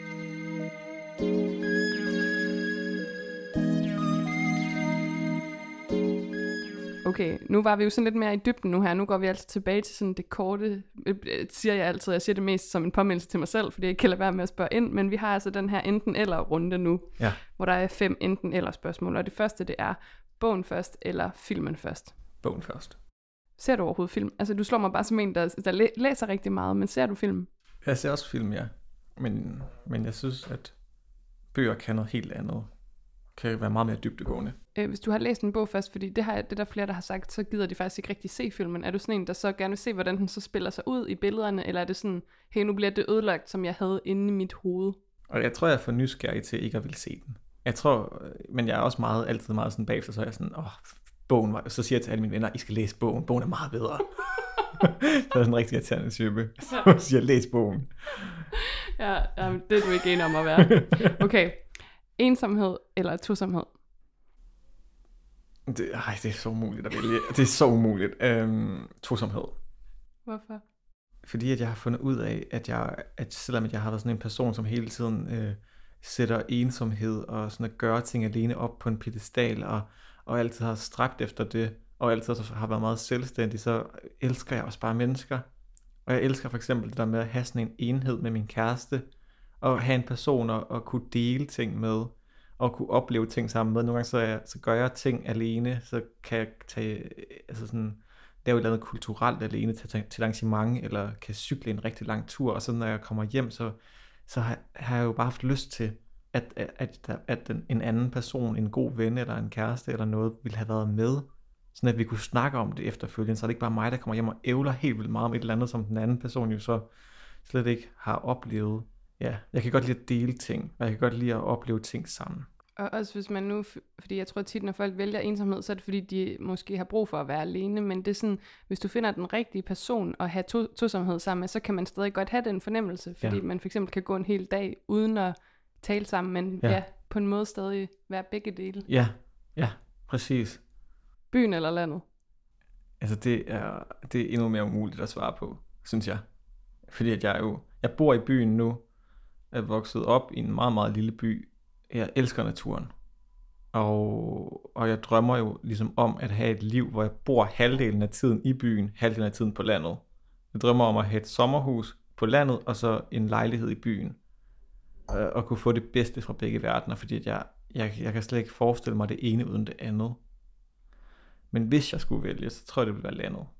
Speaker 1: Okay, nu var vi jo sådan lidt mere i dybden nu her. Nu går vi altså tilbage til sådan det korte, øh, siger jeg altid. Jeg siger det mest som en påmindelse til mig selv, fordi jeg ikke kan lade være med at spørge ind. Men vi har altså den her enten eller runde nu,
Speaker 2: ja. Hvor
Speaker 1: der er fem enten eller spørgsmål. Og det første, det er bogen først eller filmen først?
Speaker 2: Bogen først.
Speaker 1: Ser du overhovedet film? Altså du slår mig bare som en, der, der læ- læser rigtig meget, men ser du film?
Speaker 2: Jeg ser også film, ja. Men, men jeg synes, at bøger kan noget helt andet. Kan være meget mere dybdegående.
Speaker 1: Øh, hvis du har læst en bog først, fordi det, har, det der flere, der har sagt, så gider de faktisk ikke rigtig se filmen. Er du sådan en, der så gerne vil se, hvordan den så spiller sig ud i billederne, eller er det sådan, hey, nu bliver det ødelagt, som jeg havde inde i mit hoved?
Speaker 2: Og jeg tror, jeg er for nysgerrig til ikke at ville se den. Jeg tror, men jeg er også meget, altid meget sådan bagefter, så er jeg sådan, åh, bogen var, så siger jeg til alle mine venner, I skal læse bogen, bogen er meget bedre. Det er sådan en rigtig irriterende type, så siger læs bogen.
Speaker 1: Ja, jamen, det er du ikke enig om at være. Okay, ensomhed eller tosomhed?
Speaker 2: Det, ej, det er så umuligt at vælge. Det er så umuligt. Øhm, tosomhed.
Speaker 1: Hvorfor?
Speaker 2: Fordi at jeg har fundet ud af, at jeg, at selvom jeg har været sådan en person, som hele tiden øh, sætter ensomhed og sådan at gøre ting alene op på en pedestal, og, og altid har stræbt efter det, og altid har været meget selvstændig, så elsker jeg også bare mennesker. Og jeg elsker for eksempel det der med at have sådan en enhed med min kæreste, og have en person at, at kunne dele ting med, og kunne opleve ting sammen med. Nogle gange så, jeg, så gør jeg ting alene, så kan jeg tage, altså sådan, lave et eller andet kulturelt alene til, til arrangement, eller kan cykle en rigtig lang tur, og så når jeg kommer hjem, så, så har, har jeg jo bare haft lyst til, at, at, at, at den, en anden person, en god ven eller en kæreste eller noget, ville have været med, sådan at vi kunne snakke om det efterfølgende, så er det ikke bare mig, der kommer hjem og ævler helt vildt meget om et eller andet, som den anden person jo så slet ikke har oplevet. Ja, jeg kan godt lide at dele ting, og jeg kan godt lide at opleve ting sammen.
Speaker 1: Og også hvis man nu, fordi jeg tror tit, når folk vælger ensomhed, så er det fordi, de måske har brug for at være alene, men det er sådan, hvis du finder den rigtige person at have to- tosomhed sammen med, så kan man stadig godt have den fornemmelse, fordi ja. Man for eksempel kan gå en hel dag uden at tale sammen, men ja. Ja, på en måde stadig være begge dele.
Speaker 2: Ja, ja, præcis.
Speaker 1: Byen eller landet?
Speaker 2: Altså det er, det er endnu mere umuligt at svare på, synes jeg. Fordi at jeg jo, jeg bor i byen nu, er vokset op i en meget, meget lille by. Jeg elsker naturen. Og, og jeg drømmer jo ligesom om at have et liv, hvor jeg bor halvdelen af tiden i byen, halvdelen af tiden på landet. Jeg drømmer om at have et sommerhus på landet, og så en lejlighed i byen. Og, og kunne få det bedste fra begge verdener, fordi at jeg, jeg, jeg kan slet ikke forestille mig det ene uden det andet. Men hvis jeg skulle vælge, så tror jeg, det ville være landet.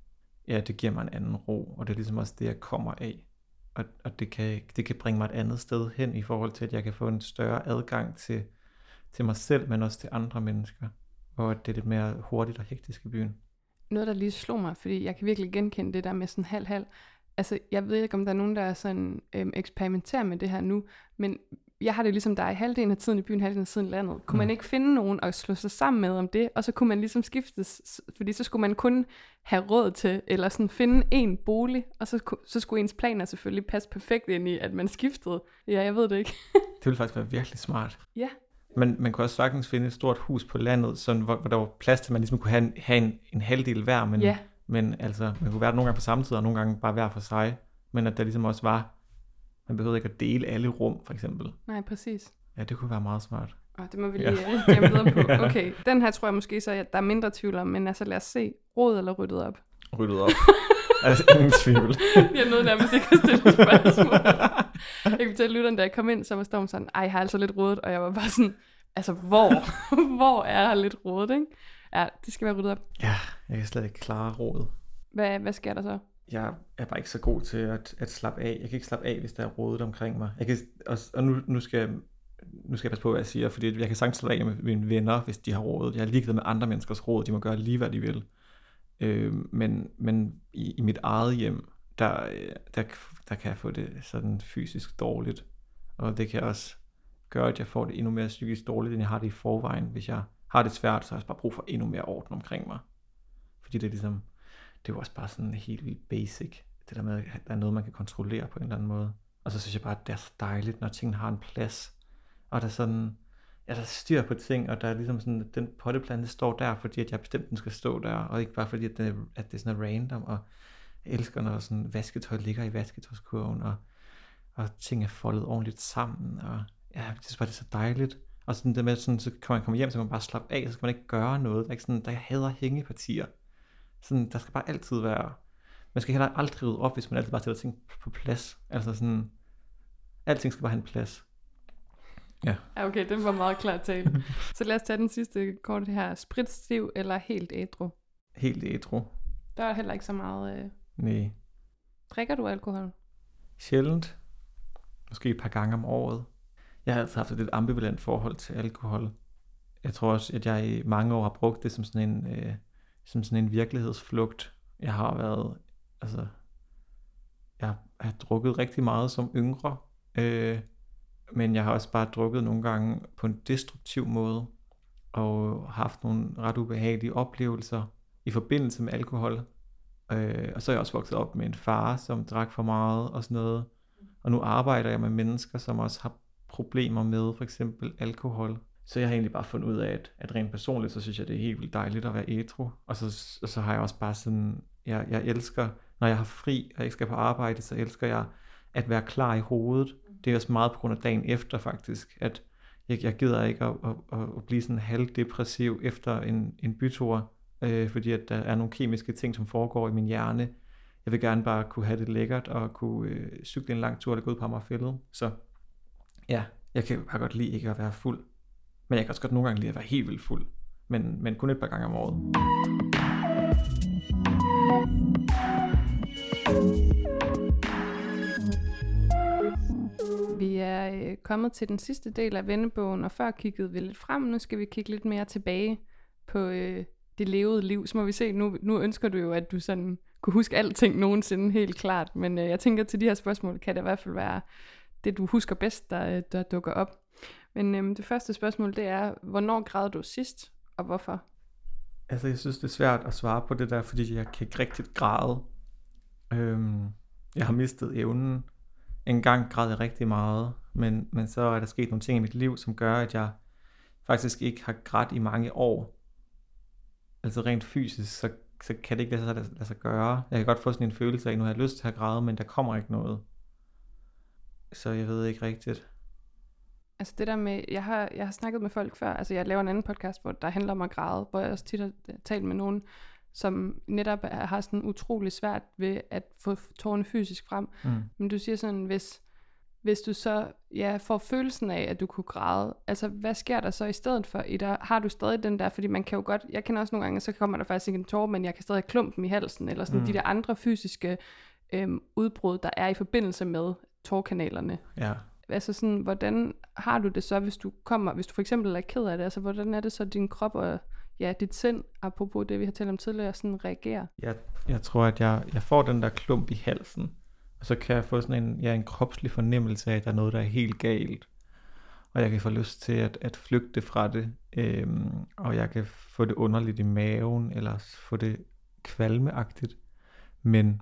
Speaker 2: ja, det giver mig en anden ro, og det er ligesom også det, jeg kommer af. Og, og det, kan, det kan bringe mig et andet sted hen, i forhold til, at jeg kan få en større adgang til, til mig selv, men også til andre mennesker. Og at det er lidt mere hurtigt og hektisk i byen.
Speaker 1: Noget, der lige slog mig, fordi jeg kan virkelig genkende det der med sådan halv-halv. Altså, jeg ved ikke, om der er nogen, der er sådan, øhm, eksperimenterer med det her nu, men jeg har det ligesom dig, halvdelen af tiden i byen, halvdelen af tiden i landet. Kunne mm. man ikke finde nogen at slå sig sammen med om det, og så kunne man ligesom skiftes, fordi så skulle man kun have råd til, eller sådan finde en bolig, og så, så skulle ens planer selvfølgelig passe perfekt ind i, at man skiftede. Ja, jeg ved det ikke.
Speaker 2: Det ville faktisk være virkelig smart.
Speaker 1: Ja.
Speaker 2: Men man kunne også sagtens finde et stort hus på landet, sådan, hvor, hvor der var plads til, at man ligesom kunne have en, have en, en halvdel hver, men,
Speaker 1: ja.
Speaker 2: men altså, man kunne være der nogle gange på samme tid, og nogle gange bare hver for sig, men at der ligesom også var, man behøvede ikke at dele alle rum, for eksempel.
Speaker 1: Nej, præcis.
Speaker 2: Ja, det kunne være meget smart.
Speaker 1: Oh, det må vi lige ja. gemme videre på. Okay, den her tror jeg måske så, at der er mindre tvivl om, men altså lad os se. Råd eller ryddet op?
Speaker 2: Ryddet op. Altså ingen tvivl.
Speaker 1: Jeg nåede nærmest ikke at stille spørgsmål. Jeg kan fortælle lytteren, da jeg kom ind, så var Storm sådan, ej, jeg har altså lidt rodet, og jeg var bare sådan, altså hvor? Hvor er jeg lidt rodet, ikke? Ja, det skal være ryddet op.
Speaker 2: Ja, jeg kan slet ikke klare rådet.
Speaker 1: Hvad, hvad sker der så?
Speaker 2: Jeg er bare ikke så god til at, at slappe af. Jeg kan ikke slappe af, hvis der er rodet omkring mig. Jeg kan, og og nu, nu, skal jeg, nu skal jeg passe på, hvad jeg siger, fordi jeg kan sagtens slappe af med mine venner, hvis de har rodet. Jeg er ligeglad med andre menneskers råd. De må gøre lige, hvad de vil. Øh, men men i, i mit eget hjem, der, der, der kan jeg få det sådan fysisk dårligt. Og det kan også gøre, at jeg får det endnu mere psykisk dårligt, end jeg har det i forvejen. Hvis jeg har det svært, så har jeg bare brug for endnu mere orden omkring mig. Fordi det er ligesom, det er jo også bare sådan helt vildt basic. Det der med, at der er noget, man kan kontrollere på en eller anden måde. Og så synes jeg bare, at det er så dejligt, når tingene har en plads. Og der er sådan, ja, der er styr på ting, og der er ligesom sådan, at den potteplante står der, fordi at jeg bestemt, den skal stå der, og ikke bare fordi, at det er, at det er sådan random, og jeg elsker, når sådan vasketøj ligger i vasketøjskurven, og, og ting er foldet ordentligt sammen, og ja, jeg synes bare, det er så dejligt. Og sådan det med, sådan, så kan man komme hjem, så kan man bare slappe af, så skal man ikke gøre noget. Der er ikke sådan, der jeg hader hængepartier. Sådan, der skal bare altid være, man skal heller aldrig rydde op, hvis man altid bare sætter ting på plads. Altså sådan, alting skal bare have en plads. Ja.
Speaker 1: Ja, okay, det var meget klart tale. Så lad os tage den sidste kort her. Spritstiv eller helt ædru?
Speaker 2: Helt ædru.
Speaker 1: Der er heller ikke så meget... Øh...
Speaker 2: Nej.
Speaker 1: Drikker du alkohol?
Speaker 2: Sjældent. Måske et par gange om året. Jeg har altid haft et lidt ambivalent forhold til alkohol. Jeg tror også, at jeg i mange år har brugt det som sådan en, øh, som sådan en virkelighedsflugt. Jeg har været, altså, jeg har drukket rigtig meget som yngre, øh, men jeg har også bare drukket nogle gange på en destruktiv måde, og haft nogle ret ubehagelige oplevelser i forbindelse med alkohol. Øh, og så er jeg også vokset op med en far, som drak for meget og sådan noget. Og nu arbejder jeg med mennesker, som også har problemer med for eksempel alkohol. Så jeg har egentlig bare fundet ud af, at, at rent personligt, så synes jeg, det er helt vildt dejligt at være ædru. Og så, og så har jeg også bare sådan, jeg, jeg elsker, når jeg har fri, og ikke skal på arbejde, så elsker jeg at være klar i hovedet. Det er også meget på grund af dagen efter faktisk, at jeg, jeg gider ikke at, at, at blive sådan halvdepressiv efter en, en bytur, øh, fordi at der er nogle kemiske ting, som foregår i min hjerne. Jeg vil gerne bare kunne have det lækkert, og kunne øh, cykle en lang tur, eller gå ud på Amagerfælled. Så ja, jeg kan bare godt lide ikke at være fuld. Men jeg kan også godt nogle gange lide at være helt vildt fuld. Men, men kun et par gange om året.
Speaker 1: Vi er øh, kommet til den sidste del af vennebogen, og før kiggede vi lidt frem. Nu skal vi kigge lidt mere tilbage på øh, det levede liv. Så må vi se, nu, nu ønsker du jo, at du sådan kunne huske alting nogensinde helt klart. Men øh, jeg tænker, til de her spørgsmål kan det i hvert fald være det, du husker bedst, der, der dukker op. Men øhm, det første spørgsmål, det er, hvornår græd du sidst, og hvorfor?
Speaker 2: Altså, jeg synes, det er svært at svare på det der, fordi jeg kan ikke rigtig græde. Øhm, jeg har mistet evnen. En gang græd jeg rigtig meget, men, men så er der sket nogle ting i mit liv, som gør, at jeg faktisk ikke har grædt i mange år. Altså rent fysisk, så, så kan det ikke lade sig, lade sig gøre. Jeg kan godt få sådan en følelse af, at nu har jeg lyst til at græde, men der kommer ikke noget. Så jeg ved ikke rigtigt.
Speaker 1: Altså det der med, jeg har, jeg har snakket med folk før, altså jeg laver en anden podcast, hvor der handler om at græde, hvor jeg også tit har talt med nogen, som netop har sådan utrolig svært ved at få tårerne fysisk frem. Mm. Men du siger sådan, hvis, hvis du så ja, får følelsen af, at du kunne græde, altså hvad sker der så i stedet for? I der, har du stadig den der, fordi man kan jo godt, jeg kender også nogle gange, så kommer der faktisk ikke en tårer, men jeg kan stadig have klumpen i halsen, eller sådan mm. de der andre fysiske øhm, udbrud, der er i forbindelse med tårkanalerne.
Speaker 2: Ja.
Speaker 1: Altså sådan, hvordan har du det så, hvis du kommer, hvis du for eksempel er ked af det, altså hvordan er det så, din krop og ja, dit sind, apropos det, vi har talt om tidligere, sådan reagerer?
Speaker 2: Jeg, jeg tror, at jeg, jeg får den der klump i halsen, og så kan jeg få sådan en, ja, en kropslig fornemmelse af, at der er noget, der er helt galt. Og jeg kan få lyst til at, at flygte fra det, øhm, og jeg kan få det underligt i maven, eller få det kvalmeagtigt. Men,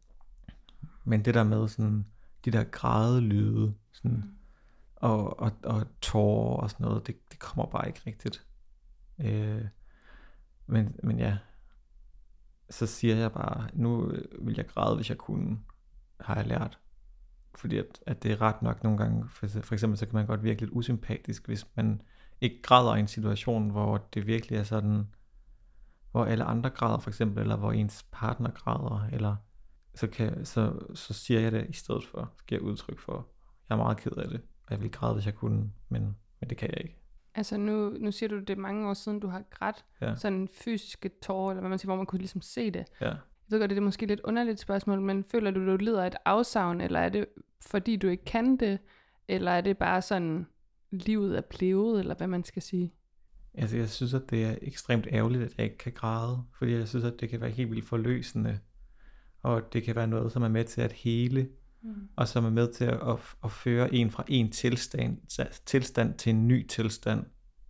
Speaker 2: men det der med sådan, de der grædelyde, sådan, mm. og, og, og tårer og sådan noget, det, det kommer bare ikke rigtigt. Øh, men, men ja, så siger jeg bare, nu vil jeg græde, hvis jeg kunne, har jeg lært. Fordi at, at det er ret nok nogle gange, for, for eksempel så kan man godt virke lidt usympatisk, hvis man ikke græder i en situation, hvor det virkelig er sådan, hvor alle andre græder for eksempel, eller hvor ens partner græder, eller så, kan, så, så siger jeg det i stedet for, så giver jeg udtryk for, jeg er meget ked af det, og jeg ville græde, hvis jeg kunne, men, men det kan jeg ikke.
Speaker 1: Altså nu, nu siger du, det er mange år siden, du har grædt, ja. Sådan fysiske tårer, eller hvad man siger, hvor man kunne ligesom se det.
Speaker 2: Ja.
Speaker 1: Jeg ved godt, det er måske lidt underligt spørgsmål, men føler du, du lider af et afsavn, eller er det fordi du ikke kan det, eller er det bare sådan, livet er plevet, eller hvad man skal sige?
Speaker 2: Altså jeg synes, at det er ekstremt ærgerligt, at jeg ikke kan græde, fordi jeg synes, at det kan være helt vildt forløsende, og det kan være noget, som er med til at hele, mm. og som er med til at, at, at føre en fra en tilstand, tilstand til en ny tilstand.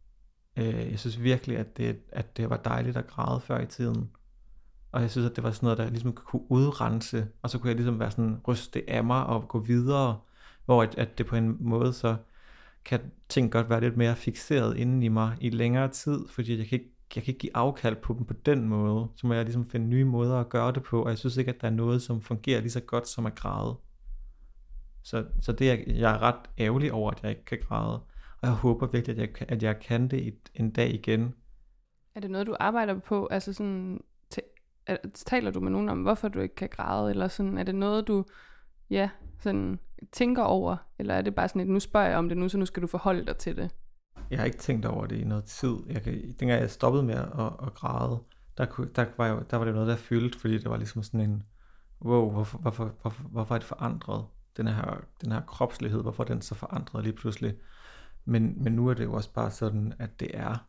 Speaker 2: Jeg synes virkelig, at det, at det var dejligt at græde før i tiden. Og jeg synes, at det var sådan noget, der ligesom kunne udrense, og så kunne jeg ligesom være sådan, ryste af mig og gå videre, hvor at, at det på en måde så kan ting godt være lidt mere fikseret inden i mig i længere tid, fordi jeg kan ikke, jeg kan ikke give afkald på dem på den måde. Så må jeg ligesom finde nye måder at gøre det på, og jeg synes ikke, at der er noget, som fungerer lige så godt som at græde. Så, så det er, jeg er ret ærgerlig over, at jeg ikke kan græde, og jeg håber virkelig, at jeg, at jeg kan det et, en dag igen.
Speaker 1: Er det noget, du arbejder på, altså sådan... Taler du med nogen om, hvorfor du ikke kan græde, eller sådan, er det noget, du ja, sådan, tænker over, eller er det bare sådan et, nu spørger jeg om det nu, så nu skal du forholde dig til det?
Speaker 2: Jeg har ikke tænkt over det i noget tid. Jeg kan, dengang jeg stoppede med at, at græde, der, kunne, der, var jo, der var det noget, der fyldte, fordi det var ligesom sådan en, wow, hvorfor, hvorfor, hvorfor, hvorfor er det forandret? Den her, den her kropslighed, hvorfor er den så forandret lige pludselig? Men, men nu er det jo også bare sådan, at det er,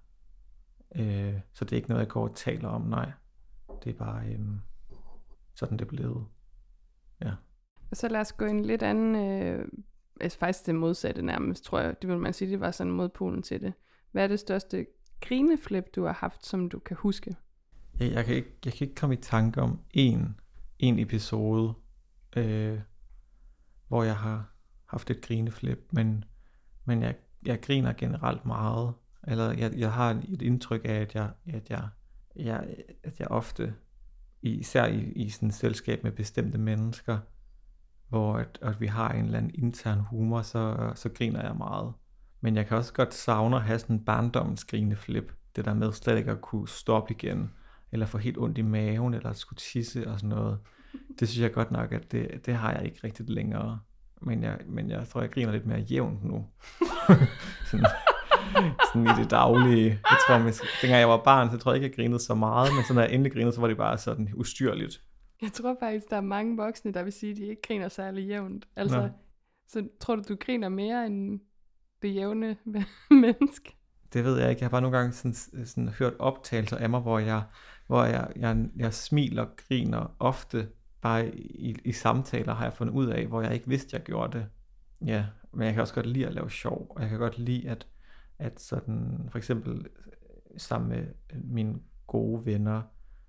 Speaker 2: øh, så det er ikke noget, jeg går og taler om, nej. Det er bare øhm, sådan, det er blevet. Ja.
Speaker 1: Og så lad os gå en lidt anden, øh, altså faktisk det modsatte nærmest, tror jeg, det vil man sige, det var sådan modpolen til det. Hvad er det største grineflip, du har haft, som du kan huske?
Speaker 2: Ja, jeg, kan ikke, jeg kan ikke komme i tanke om en, en episode, øh, hvor jeg har haft et grineflip, men, men jeg, jeg griner generelt meget. Eller jeg, jeg har et indtryk af, at jeg, at jeg Jeg, at jeg ofte, især i, i sådan et selskab med bestemte mennesker, hvor at, at vi har en eller anden intern humor, så, så griner jeg meget. Men jeg kan også godt savne at have sådan en barndommens grineflip. Det der med slet ikke at kunne stoppe igen, eller få helt ondt i maven, eller at skulle tisse og sådan noget. Det synes jeg godt nok, at det, det har jeg ikke rigtig længere. Men jeg, men jeg tror, jeg griner lidt mere jævnt nu. sådan. Sådan i det daglige. Jeg tror, at dengang jeg var barn, så tror jeg ikke, jeg grinede så meget, men så når jeg endelig grinede, så var det bare sådan ustyrligt.
Speaker 1: Jeg tror faktisk, der er mange voksne, der vil sige, at de ikke griner særlig jævnt. Altså, Nå. Så tror du, du griner mere end det jævne menneske?
Speaker 2: Det ved jeg ikke. Jeg har bare nogle gange sådan, sådan hørt optagelser af mig, hvor jeg, hvor jeg, jeg, jeg smiler og griner ofte, bare i, i samtaler har jeg fundet ud af, hvor jeg ikke vidste, jeg gjorde det. Ja, men jeg kan også godt lide at lave sjov, og jeg kan godt lide, at at sådan, for eksempel sammen med mine gode venner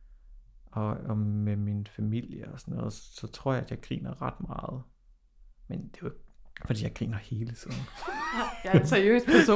Speaker 2: og, og med min familie og sådan noget, så tror jeg, at jeg griner ret meget. Men det er jo fordi jeg griner hele tiden.
Speaker 1: Jeg er en seriøs person.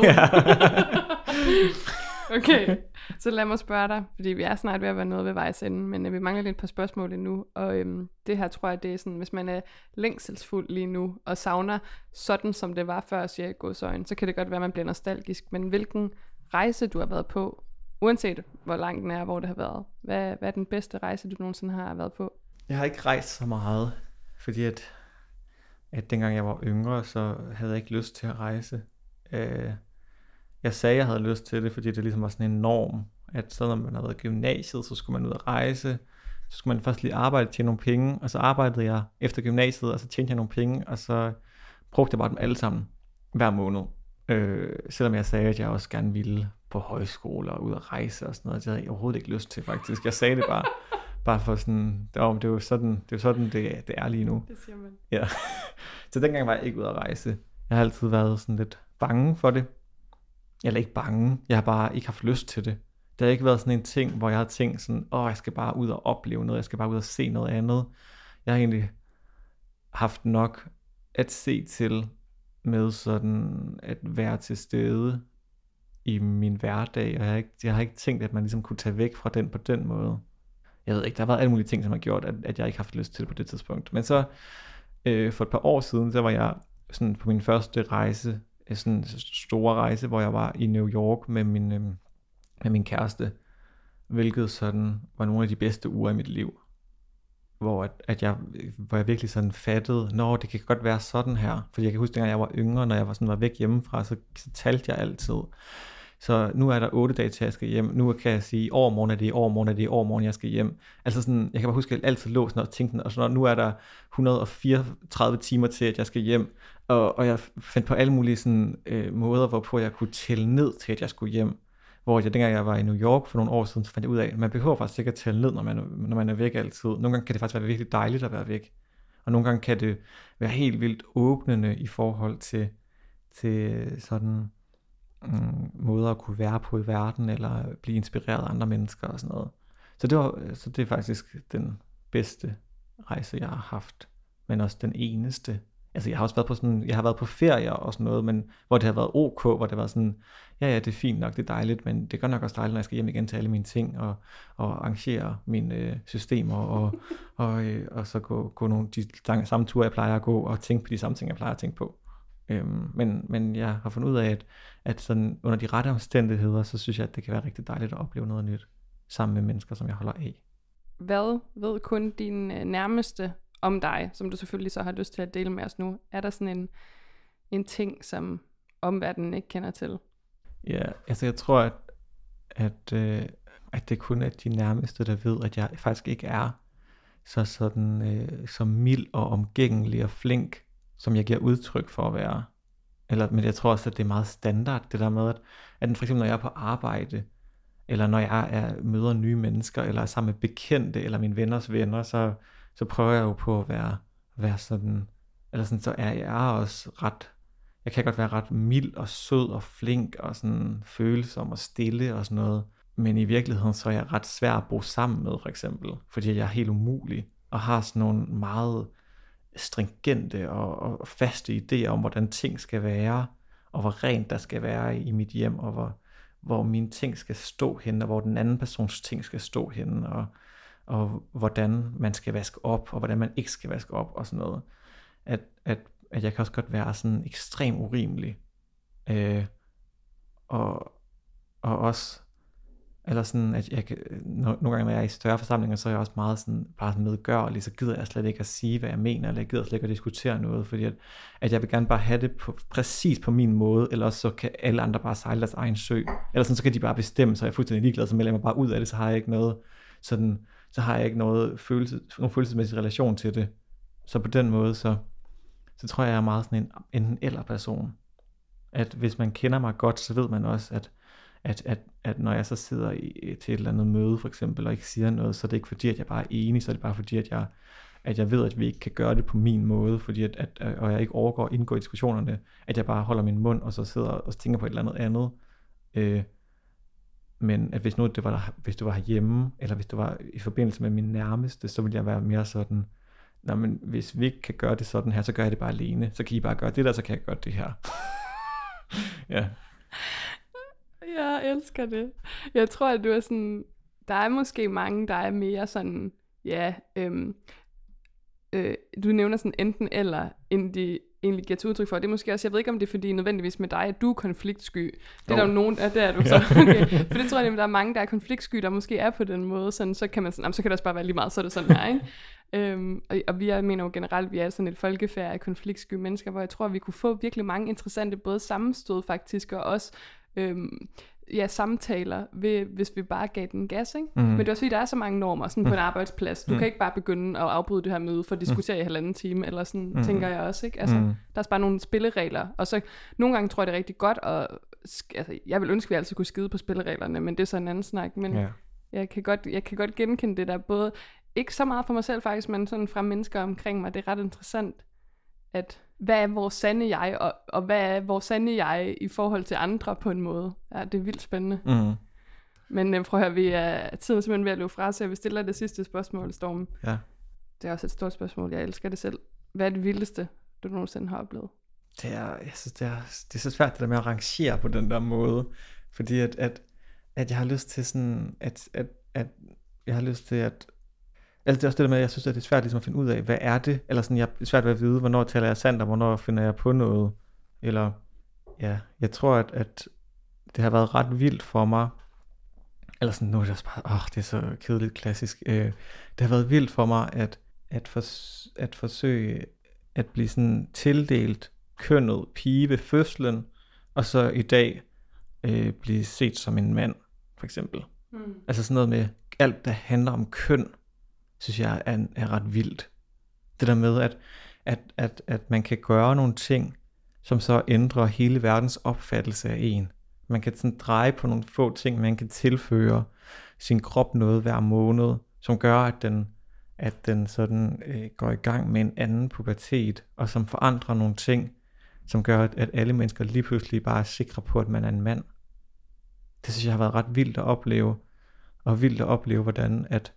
Speaker 1: Okay, så lad mig spørge dig, fordi vi er snart ved at være noget ved vejs ende, men vi mangler lidt et par spørgsmål endnu, og øhm, det her tror jeg, det er sådan, hvis man er længselsfuld lige nu, og savner sådan, som det var før, siger jeg godsøjne, så kan det godt være, at man bliver nostalgisk, men hvilken rejse du har været på, uanset hvor lang den er, hvor det har været, hvad, hvad er den bedste rejse, du nogensinde har været på?
Speaker 2: Jeg har ikke rejst så meget, fordi at at dengang jeg var yngre, så havde jeg ikke lyst til at rejse. Øh, jeg sagde, at jeg havde lyst til det, fordi det ligesom var sådan en norm, at så når man havde været i gymnasiet, så skulle man ud og rejse, så skulle man først lige arbejde til nogle penge, og så arbejdede jeg efter gymnasiet, og så tjente jeg nogle penge, og så brugte jeg bare dem alle sammen hver måned. Øh, selvom jeg sagde, at jeg også gerne ville på højskole og ud og rejse og sådan noget, det havde jeg overhovedet ikke lyst til faktisk. Jeg sagde det bare, bare for sådan, det, det er jo sådan, det er jo sådan, det, det er lige nu.
Speaker 1: Det siger man.
Speaker 2: Ja. Så dengang var jeg ikke ude at rejse. Jeg har altid været sådan lidt bange for det. Eller ikke bange, jeg har bare ikke haft lyst til det. Det har ikke været sådan en ting, hvor jeg har tænkt sådan, åh, jeg skal bare ud og opleve noget, jeg skal bare ud og se noget andet. Jeg har egentlig haft nok at se til med sådan at være til stede i min hverdag, og jeg har ikke, jeg har ikke tænkt, at man ligesom kunne tage væk fra den på den måde. Jeg ved ikke, der har været alle mulige ting, som har gjort, at, at jeg ikke har haft lyst til det på det tidspunkt. Men så øh, for et par år siden, så var jeg sådan på min første rejse, sådan en store rejse, hvor jeg var i New York med min, øh, med min kæreste, hvilket sådan var nogle af de bedste uger i mit liv. Hvor, at, at jeg, hvor jeg virkelig sådan fattede, nå, det kan godt være sådan her. Fordi jeg kan huske, dengang jeg var yngre, når jeg var, sådan, var væk hjemmefra, så, så talte jeg altid. Så nu er der otte dage til, jeg skal hjem. Nu kan jeg sige, overmorgen er det, overmorgen er det, overmorgen jeg skal hjem. Altså sådan, jeg kan bare huske, at jeg altid lå sådan og tænkte, og sådan, nu er der et hundrede og fireogtredive timer til, at jeg skal hjem. Og, og jeg fandt på alle mulige sådan, øh, måder, hvorpå jeg kunne tælle ned til, at jeg skulle hjem. Hvor jeg, dengang jeg var i New York for nogle år siden, så fandt jeg ud af, at man behøver faktisk ikke at tælle ned, når man, når man er væk altid. Nogle gange kan det faktisk være virkelig dejligt at være væk. Og nogle gange kan det være helt vildt åbnende i forhold til, til sådan mm, måder at kunne være på i verden, eller blive inspireret af andre mennesker og sådan noget. Så det, var, så det er faktisk den bedste rejse, jeg har haft, men også den eneste. Altså jeg har også været på sådan, jeg har været på ferier og sådan noget, men hvor det har været ok, hvor det var sådan, ja ja, det er fint nok, det er dejligt, men det gør nok også dejligt, når jeg skal hjem igen til alle mine ting, og, og arrangere mine øh, systemer, og, og, øh, og så gå, gå nogle de samme ture, jeg plejer at gå, og tænke på de samme ting, jeg plejer at tænke på. Øhm, men, men jeg har fundet ud af, at, at sådan, under de rette omstændigheder, så synes jeg, at det kan være rigtig dejligt at opleve noget nyt, sammen med mennesker, som jeg holder af.
Speaker 1: Hvad ved kun din øh, nærmeste om dig, som du selvfølgelig så har lyst til at dele med os nu? Er der sådan en, en ting, som omverdenen ikke kender til?
Speaker 2: Ja, altså jeg tror, at, at, øh, at det kun er de nærmeste, der ved, at jeg faktisk ikke er så, sådan, øh, så mild og omgængelig og flink, som jeg giver udtryk for at være. Eller, men jeg tror også, at det er meget standard, det der med, at, at for eksempel når jeg er på arbejde, eller når jeg er, møder nye mennesker, eller er sammen med bekendte, eller mine venners venner, så så prøver jeg jo på at være, være sådan, eller sådan, så er jeg også ret, jeg kan godt være ret mild og sød og flink og sådan følsom og stille og sådan noget, men i virkeligheden så er jeg ret svær at bo sammen med, for eksempel, fordi jeg er helt umulig og har sådan nogle meget stringente og, og faste idéer om, hvordan ting skal være, og hvor rent der skal være i mit hjem, og hvor, hvor mine ting skal stå henne, og hvor den anden persons ting skal stå henne, og og hvordan man skal vaske op, og hvordan man ikke skal vaske op, og sådan noget. At, at, at jeg kan også godt være sådan ekstremt urimelig. Øh, og, og også, eller sådan, at jeg kan, nogle gange, når jeg er i større forsamlinger, så er jeg også meget sådan, bare sådan medgørlig, så gider jeg slet ikke at sige, hvad jeg mener, eller jeg gider slet ikke at diskutere noget, fordi at, at jeg vil gerne bare have det på, præcis på min måde, eller også så kan alle andre bare sejle deres egen sø, eller sådan, så kan de bare bestemme, så jeg er fuldstændig ligeglad, så melder jeg mig bare ud af det, så har jeg ikke noget sådan, så har jeg ikke noget følelse, nogen følelsesmæssig relation til det. Så på den måde, så, så tror jeg, jeg er meget sådan en enten eller person. At hvis man kender mig godt, så ved man også, at, at, at, at når jeg så sidder i, til et eller andet møde, for eksempel, og ikke siger noget, så er det ikke fordi, at jeg bare er enig, så er det bare fordi, at jeg, at jeg ved, at vi ikke kan gøre det på min måde, fordi at, at, og jeg ikke overgår at indgå i diskussionerne, at jeg bare holder min mund, og så sidder og tænker på et eller andet andet. Øh, Men at hvis nu det var der, hvis du var herhjemme, eller hvis du var i forbindelse med min nærmeste, så ville jeg være mere sådan, nej, men hvis vi ikke kan gøre det sådan her, så gør jeg det bare alene. Så kan I bare gøre det der, så kan jeg gøre det her. Ja.
Speaker 1: Jeg elsker det. Jeg tror, at du er sådan, der er måske mange, der er mere sådan, ja, øhm, øh, du nævner sådan enten eller, end de egentlig giver til udtryk for. Det er måske også, jeg ved ikke, om det er fordi nødvendigvis med dig, at du er konfliktsky. Det er oh. Der jo nogen, ja, det er du så. Okay. For det tror jeg, at der er mange, der er konfliktsky, der måske er på den måde, sådan, så kan man sådan, så kan det også bare være lige meget, så er det sådan her, ikke? Øhm, og, og vi er, mener jo generelt, vi er sådan et folkefærd af konfliktsky mennesker, hvor jeg tror, vi kunne få virkelig mange interessante både sammenstød faktisk, og også øhm, ja, samtaler, ved, hvis vi bare gav den gas, ikke? Mm. Men det er også fordi, der er så mange normer sådan mm. på en arbejdsplads. Du mm. kan ikke bare begynde at afbryde det her møde for at diskutere mm. i halvanden time, eller sådan, mm. tænker jeg også, ikke? Altså, mm. der er bare nogle spilleregler, og så nogle gange tror jeg, det er rigtig godt, og altså, jeg vil ønske, at vi altid kunne skide på spillereglerne, men det er så en anden snak, men yeah. jeg, kan godt, jeg kan godt genkende det der, både, ikke så meget for mig selv faktisk, men sådan fra mennesker omkring mig, det er ret interessant, at hvad er vores sande jeg, og, og hvad er vores sande jeg i forhold til andre på en måde. Ja, det er vildt spændende. Mm. Men øh, prøv at høre, vi er tiden simpelthen ved at løbe fra, så jeg vil stille dig det sidste spørgsmål, Storm.
Speaker 2: Ja.
Speaker 1: Det er også et stort spørgsmål, jeg elsker det selv. Hvad er det vildeste, du nogensinde har oplevet?
Speaker 2: Det er, jeg synes, det er, det er så svært det der med at rangere på den der måde, fordi at, at, at jeg har lyst til sådan, at, at, at jeg har lyst til at, altså det er også det der med, at jeg synes, at det er svært ligesom at finde ud af, hvad er det? Eller sådan, jeg er svært ved at vide, hvornår taler jeg sandt, og hvornår finder jeg på noget. Eller, ja, jeg tror, at, at det har været ret vildt for mig. Eller sådan, nu er det også bare, åh, det er så kedeligt klassisk. Øh, det har været vildt for mig, at, at, fors- at forsøge at blive sådan tildelt kønnet pige ved fødslen, og så i dag øh, blive set som en mand, for eksempel. Mm. Altså sådan noget med alt, der handler om køn, synes jeg er, er ret vildt. Det der med, at, at, at, at man kan gøre nogle ting, som så ændrer hele verdens opfattelse af en. Man kan sådan dreje på nogle få ting, man kan tilføre sin krop noget hver måned, som gør, at den, at den sådan øh, går i gang med en anden pubertet, og som forandrer nogle ting, som gør, at, at alle mennesker lige pludselig bare er sikre på, at man er en mand. Det synes jeg har været ret vildt at opleve, og vildt at opleve, hvordan at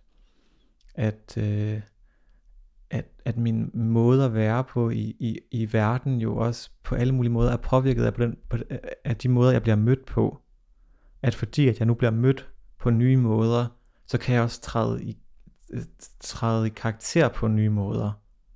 Speaker 2: At, øh, at, at min måde at være på i, i, i verden jo også på alle mulige måder er påvirket af, på den, på, af de måder, jeg bliver mødt på. At fordi at jeg nu bliver mødt på nye måder, så kan jeg også træde i, træde i karakter på nye måder.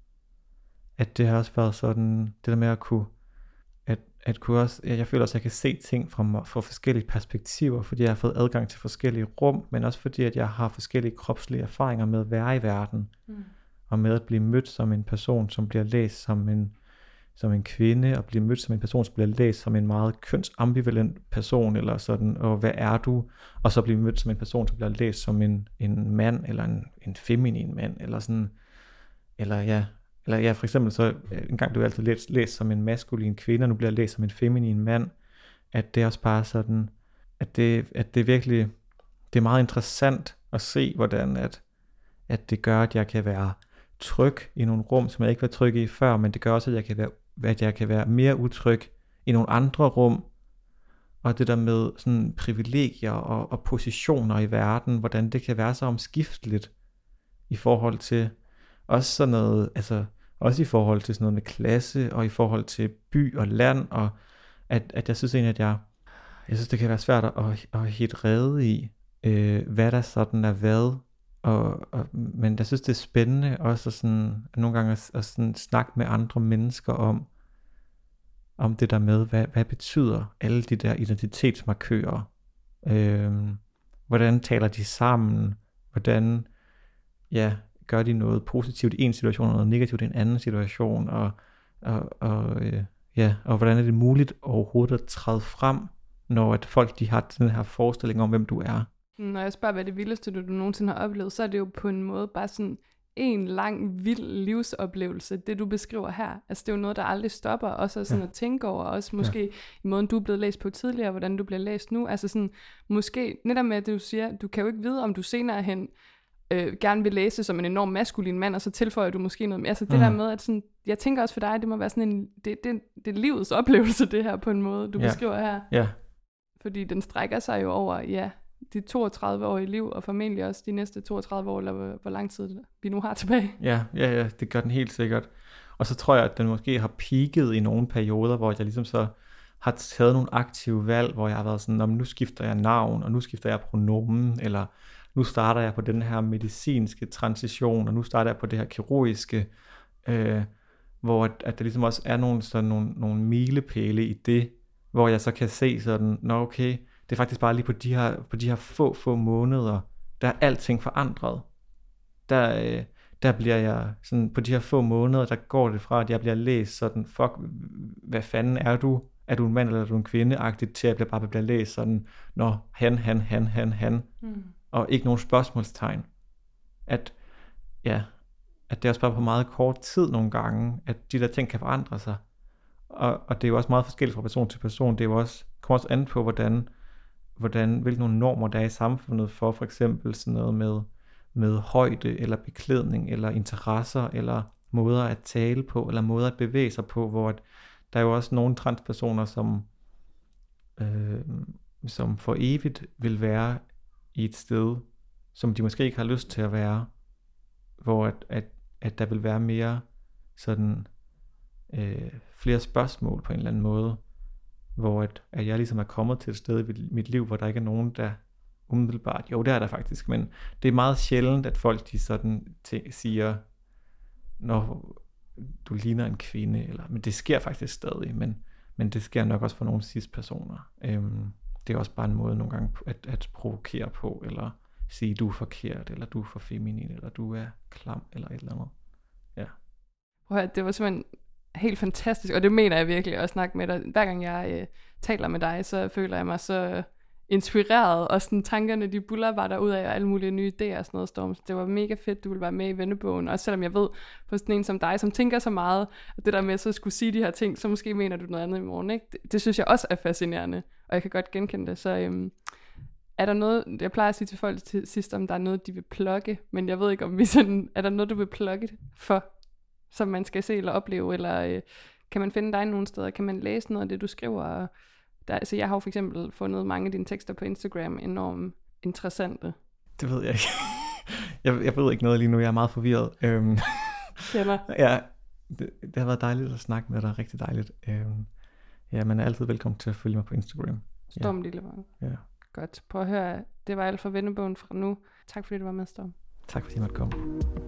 Speaker 2: At det har også været sådan, det der med at kunne, at, at kunne også, jeg føler også, at jeg kan se ting fra, fra forskellige perspektiver, fordi jeg har fået adgang til forskellige rum, men også fordi, at jeg har forskellige kropslige erfaringer med at være i verden, mm. og med at blive mødt som en person, som bliver læst som en, som en kvinde, og blive mødt som en person, som bliver læst som en meget kønsambivalent person, eller sådan, og hvad er du? Og så blive mødt som en person, som bliver læst som en, en mand, eller en, en feminin mand, eller sådan, eller ja, Eller ja, for eksempel så en gang blev jeg altid læst, læst som en maskulin kvinde, og nu bliver jeg læst som en feminin mand. At det er også bare sådan, at det, at det virkelig, det er meget interessant at se, hvordan at, at det gør, at jeg kan være tryg i nogle rum, som jeg ikke var tryg i før, men det gør også, at jeg kan være, at jeg kan være mere utryg i nogle andre rum. Og det der med sådan privilegier og, og positioner i verden, hvordan det kan være så omskifteligt i forhold til også sådan noget, altså også i forhold til sådan noget med klasse, og i forhold til by og land, og at, at jeg synes egentlig, at jeg, jeg synes, det kan være svært at, at helt rede i, øh, hvad der sådan er hvad, og, og, men jeg synes, det er spændende også at sådan, at nogle gange at, at sådan snakke med andre mennesker om, om det der med, hvad, hvad betyder alle de der identitetsmarkører, øh, hvordan taler de sammen, hvordan, ja, gør de noget positivt i en situation, og noget negativt i en anden situation, og, og, og, øh, ja, og hvordan er det muligt overhovedet at træde frem, når at folk de har den her forestilling om, hvem du er.
Speaker 1: Når jeg spørger, hvad det vildeste, du, du nogensinde har oplevet, så er det jo på en måde bare sådan en lang, vild livsoplevelse, det du beskriver her. Altså det er jo noget, der aldrig stopper, også sådan ja. At tænke over, også måske ja. I måden, du er blevet læst på tidligere, hvordan du bliver læst nu. Altså sådan, måske netop med, at du siger, du kan jo ikke vide, om du senere hen øh, gerne vil læse som en enorm maskulin mand, og så tilføjer du måske noget mere. Altså det mm. der med, at sådan, jeg tænker også for dig, det må være sådan en, det, det, det er livets oplevelse, det her på en måde, du ja. Beskriver her.
Speaker 2: Ja.
Speaker 1: Fordi den strækker sig jo over, ja, de toogtredive år i liv, og formentlig også de næste toogtredive år, eller hvor, hvor lang tid vi nu har tilbage.
Speaker 2: Ja, ja, ja, det gør den helt sikkert. Og så tror jeg, at den måske har peaked i nogle perioder, hvor jeg ligesom så har taget nogle aktive valg, hvor jeg har været sådan, nu skifter jeg navn, og nu skifter jeg pronomen, eller nu starter jeg på den her medicinske transition, og nu starter jeg på det her kirurgiske, øh, hvor at, at der ligesom også er nogle, sådan nogle, nogle milepæle i det, hvor jeg så kan se sådan, nå okay, det er faktisk bare lige på de her, på de her få, få måneder, der er alting forandret. Der, øh, der bliver jeg sådan, på de her få måneder, der går det fra, at jeg bliver læst sådan, fuck, hvad fanden er du? Er du en mand, eller er du en kvinde-agtigt, til at jeg bare bliver læst sådan, nå, han, han, han, han, han, mm. og ikke nogen spørgsmålstegn. At, ja, at det er også bare på meget kort tid nogle gange, at de der ting kan forandre sig. Og, og det er jo også meget forskelligt fra person til person. Det er jo også, kommer også an på, hvordan, hvordan, hvilke nogle normer der er i samfundet for for eksempel sådan noget med, med højde, eller beklædning, eller interesser, eller måder at tale på, eller måder at bevæge sig på, hvor at, der er jo også nogle transpersoner, som, øh, som for evigt vil være i et sted, som de måske ikke har lyst til at være, hvor at, at, at der vil være mere sådan øh, flere spørgsmål på en eller anden måde, hvor at, at jeg ligesom er kommet til et sted i mit liv, hvor der ikke er nogen, der umiddelbart, jo det er der faktisk, men det er meget sjældent, at folk de sådan t- siger, når du ligner en kvinde, eller, men det sker faktisk stadig, men, men det sker nok også for nogle cis-personer. Øhm, det er også bare en måde nogle gange at, at provokere på, eller sige, du er forkert, eller du er for feminin, eller du er klam, eller et eller andet. Ja.
Speaker 1: Prøv, det var simpelthen helt fantastisk, og det mener jeg virkelig at snakke med dig. Hver gang jeg øh, taler med dig, så føler jeg mig så inspireret, og sådan tankerne, de buller bare derud af, og alle mulige nye idéer og sådan noget, Storm. Så det var mega fedt, du ville være med i Vennebogen, og selvom jeg ved, på sådan en som dig, som tænker så meget, og det der med så at skulle sige de her ting, så måske mener du noget andet i morgen, ikke? Det, det synes jeg også er fascinerende, og jeg kan godt genkende det, så øhm, er der noget, jeg plejer at sige til folk til sidst, om der er noget, de vil plukke, men jeg ved ikke, om vi sådan, er der noget, du vil plukke for, som man skal se eller opleve, eller øh, kan man finde dig nogle steder, kan man læse noget af det, du skriver, og der, altså jeg har jo for eksempel fundet mange af dine tekster på Instagram enormt interessante.
Speaker 2: Det ved jeg ikke. jeg, jeg ved ikke noget lige nu, jeg er meget forvirret. Øhm,
Speaker 1: Kender.
Speaker 2: Ja, det, det har været dejligt at snakke med dig, rigtig dejligt. Øhm, ja, man er altid velkommen til at følge mig på Instagram.
Speaker 1: Storm, ja. Lille Vang.
Speaker 2: Ja.
Speaker 1: Godt. Prøv at høre, det var alt for Vennebogen fra nu. Tak fordi du var med, Storm.
Speaker 2: Tak fordi jeg måtte komme.